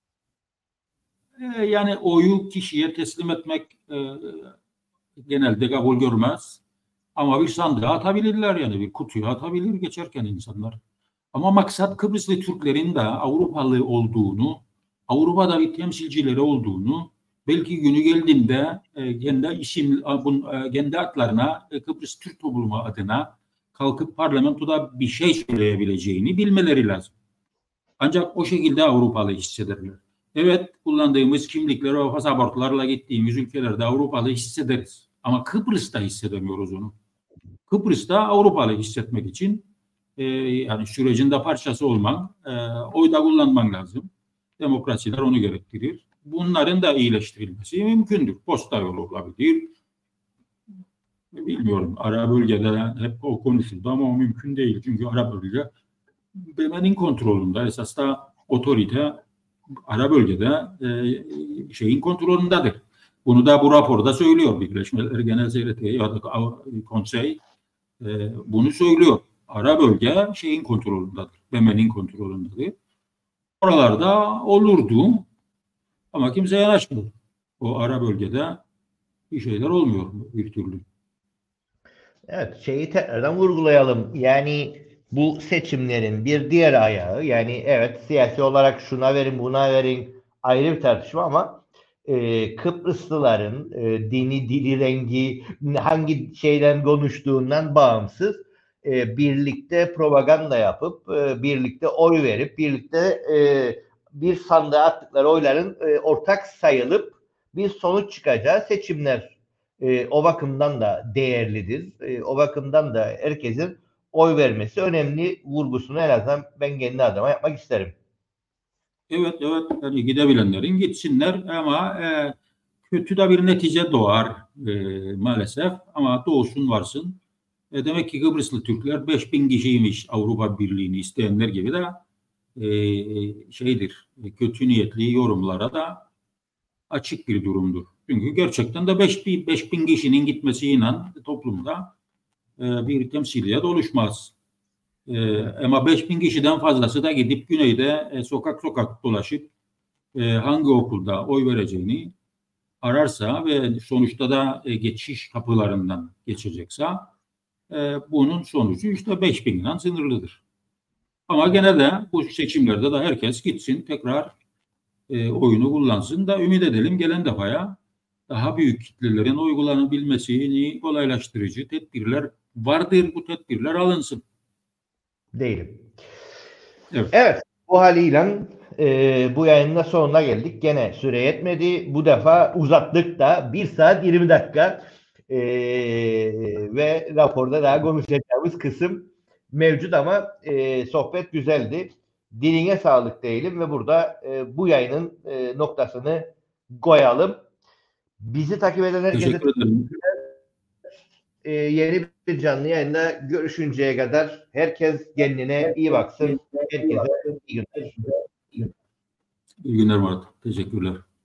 E, yani oyu kişiye teslim etmek e, genelde kabul görmez. Ama bir sandığa atabilirler yani bir kutuya atabilir geçerken insanlar. Ama maksat Kıbrıslı Türklerin de Avrupalı olduğunu, Avrupa'da bir temsilcileri olduğunu, belki günü geldiğinde e, kendi isim, e, kendi adlarına e, Kıbrıs Türk toplumu adına kalkıp parlamentoda bir şey söyleyebileceğini bilmeleri lazım. Ancak o şekilde Avrupalı hissederler. Evet, kullandığımız kimlikler ve pasaportlarla gittiğimiz ülkelerde Avrupalı hissederiz. Ama Kıbrıs'ta hissedemiyoruz onu. Kıbrıs'ta Avrupalı hissetmek için e, yani sürecin de parçası olmak, e, oy da kullanman lazım. Demokrasiler onu gerektirir. Bunların da iyileştirilmesi mümkündür. Posta yolu olabilir. Bilmiyorum. Ara bölgede hep o konuşuldu ama o mümkün değil. Çünkü ara bölge B M'nin kontrolünde. Esas da otorite ara bölgede e, şeyin kontrolündedir. Bunu da bu raporda söylüyor Birleşmiş Milletler Genel Sekreteri ya da konsey e, bunu söylüyor. Ara bölge şeyin kontrolündedir. B M O'nun kontrolündedir. Oralarda olurdu ama kimse yanaşmıyor. O ara bölgede bir şeyler olmuyor bir türlü. Evet, şeyi tekrardan vurgulayalım. Yani bu seçimlerin bir diğer ayağı, yani evet siyasi olarak şuna verin buna verin ayrı bir tartışma ama e, Kıbrıslıların e, dini, dili, rengi, hangi şeyden konuştuğundan bağımsız e, birlikte propaganda yapıp e, birlikte oy verip birlikte e, bir sandığa attıkları oyların e, ortak sayılıp bir sonuç çıkacağı seçimler. E, o bakımdan da değerlidir. E, o bakımdan da herkesin oy vermesi önemli vurgusunu en azından ben kendi adıma yapmak isterim. Evet, evet. Yani gidebilenlerin gitsinler ama e, kötü de bir netice doğar e, maalesef. Ama doğsun varsın. E, demek ki Kıbrıslı Türkler beş bin kişiymiş Avrupa Birliği'ni isteyenler gibi de e, şeydir. Kötü niyetli yorumlara da açık bir durumdur. Çünkü gerçekten de beş bin kişinin gitmesiyle toplumda e, bir temsiliyet oluşmaz. E, ama beş bin kişiden fazlası da gidip güneyde e, sokak sokak dolaşıp e, hangi okulda oy vereceğini ararsa ve sonuçta da e, geçiş kapılarından geçecekse e, bunun sonucu işte beş binden sınırlıdır. Ama gene de bu seçimlerde de herkes gitsin tekrar e, oyunu kullansın da ümit edelim gelen defaya daha büyük kitlelerin uygulanabilmesini kolaylaştırıcı tedbirler vardır. Bu tedbirler alınsın. Değilim. Evet. Evet, bu haliyle e, bu yayının da sonuna geldik. Gene süre yetmedi. Bu defa uzattık da bir saat yirmi dakika e, ve raporda daha konuşacağımız kısım mevcut ama e, sohbet güzeldi. Diline sağlık diyelim ve burada e, bu yayının e, noktasını koyalım. Bizi takip eden herkese Teşekkür ederim. e, yeni bir canlı yayında görüşünceye kadar herkes kendine iyi baksın. Herkese iyi günler. İyi günler Murat. Teşekkürler.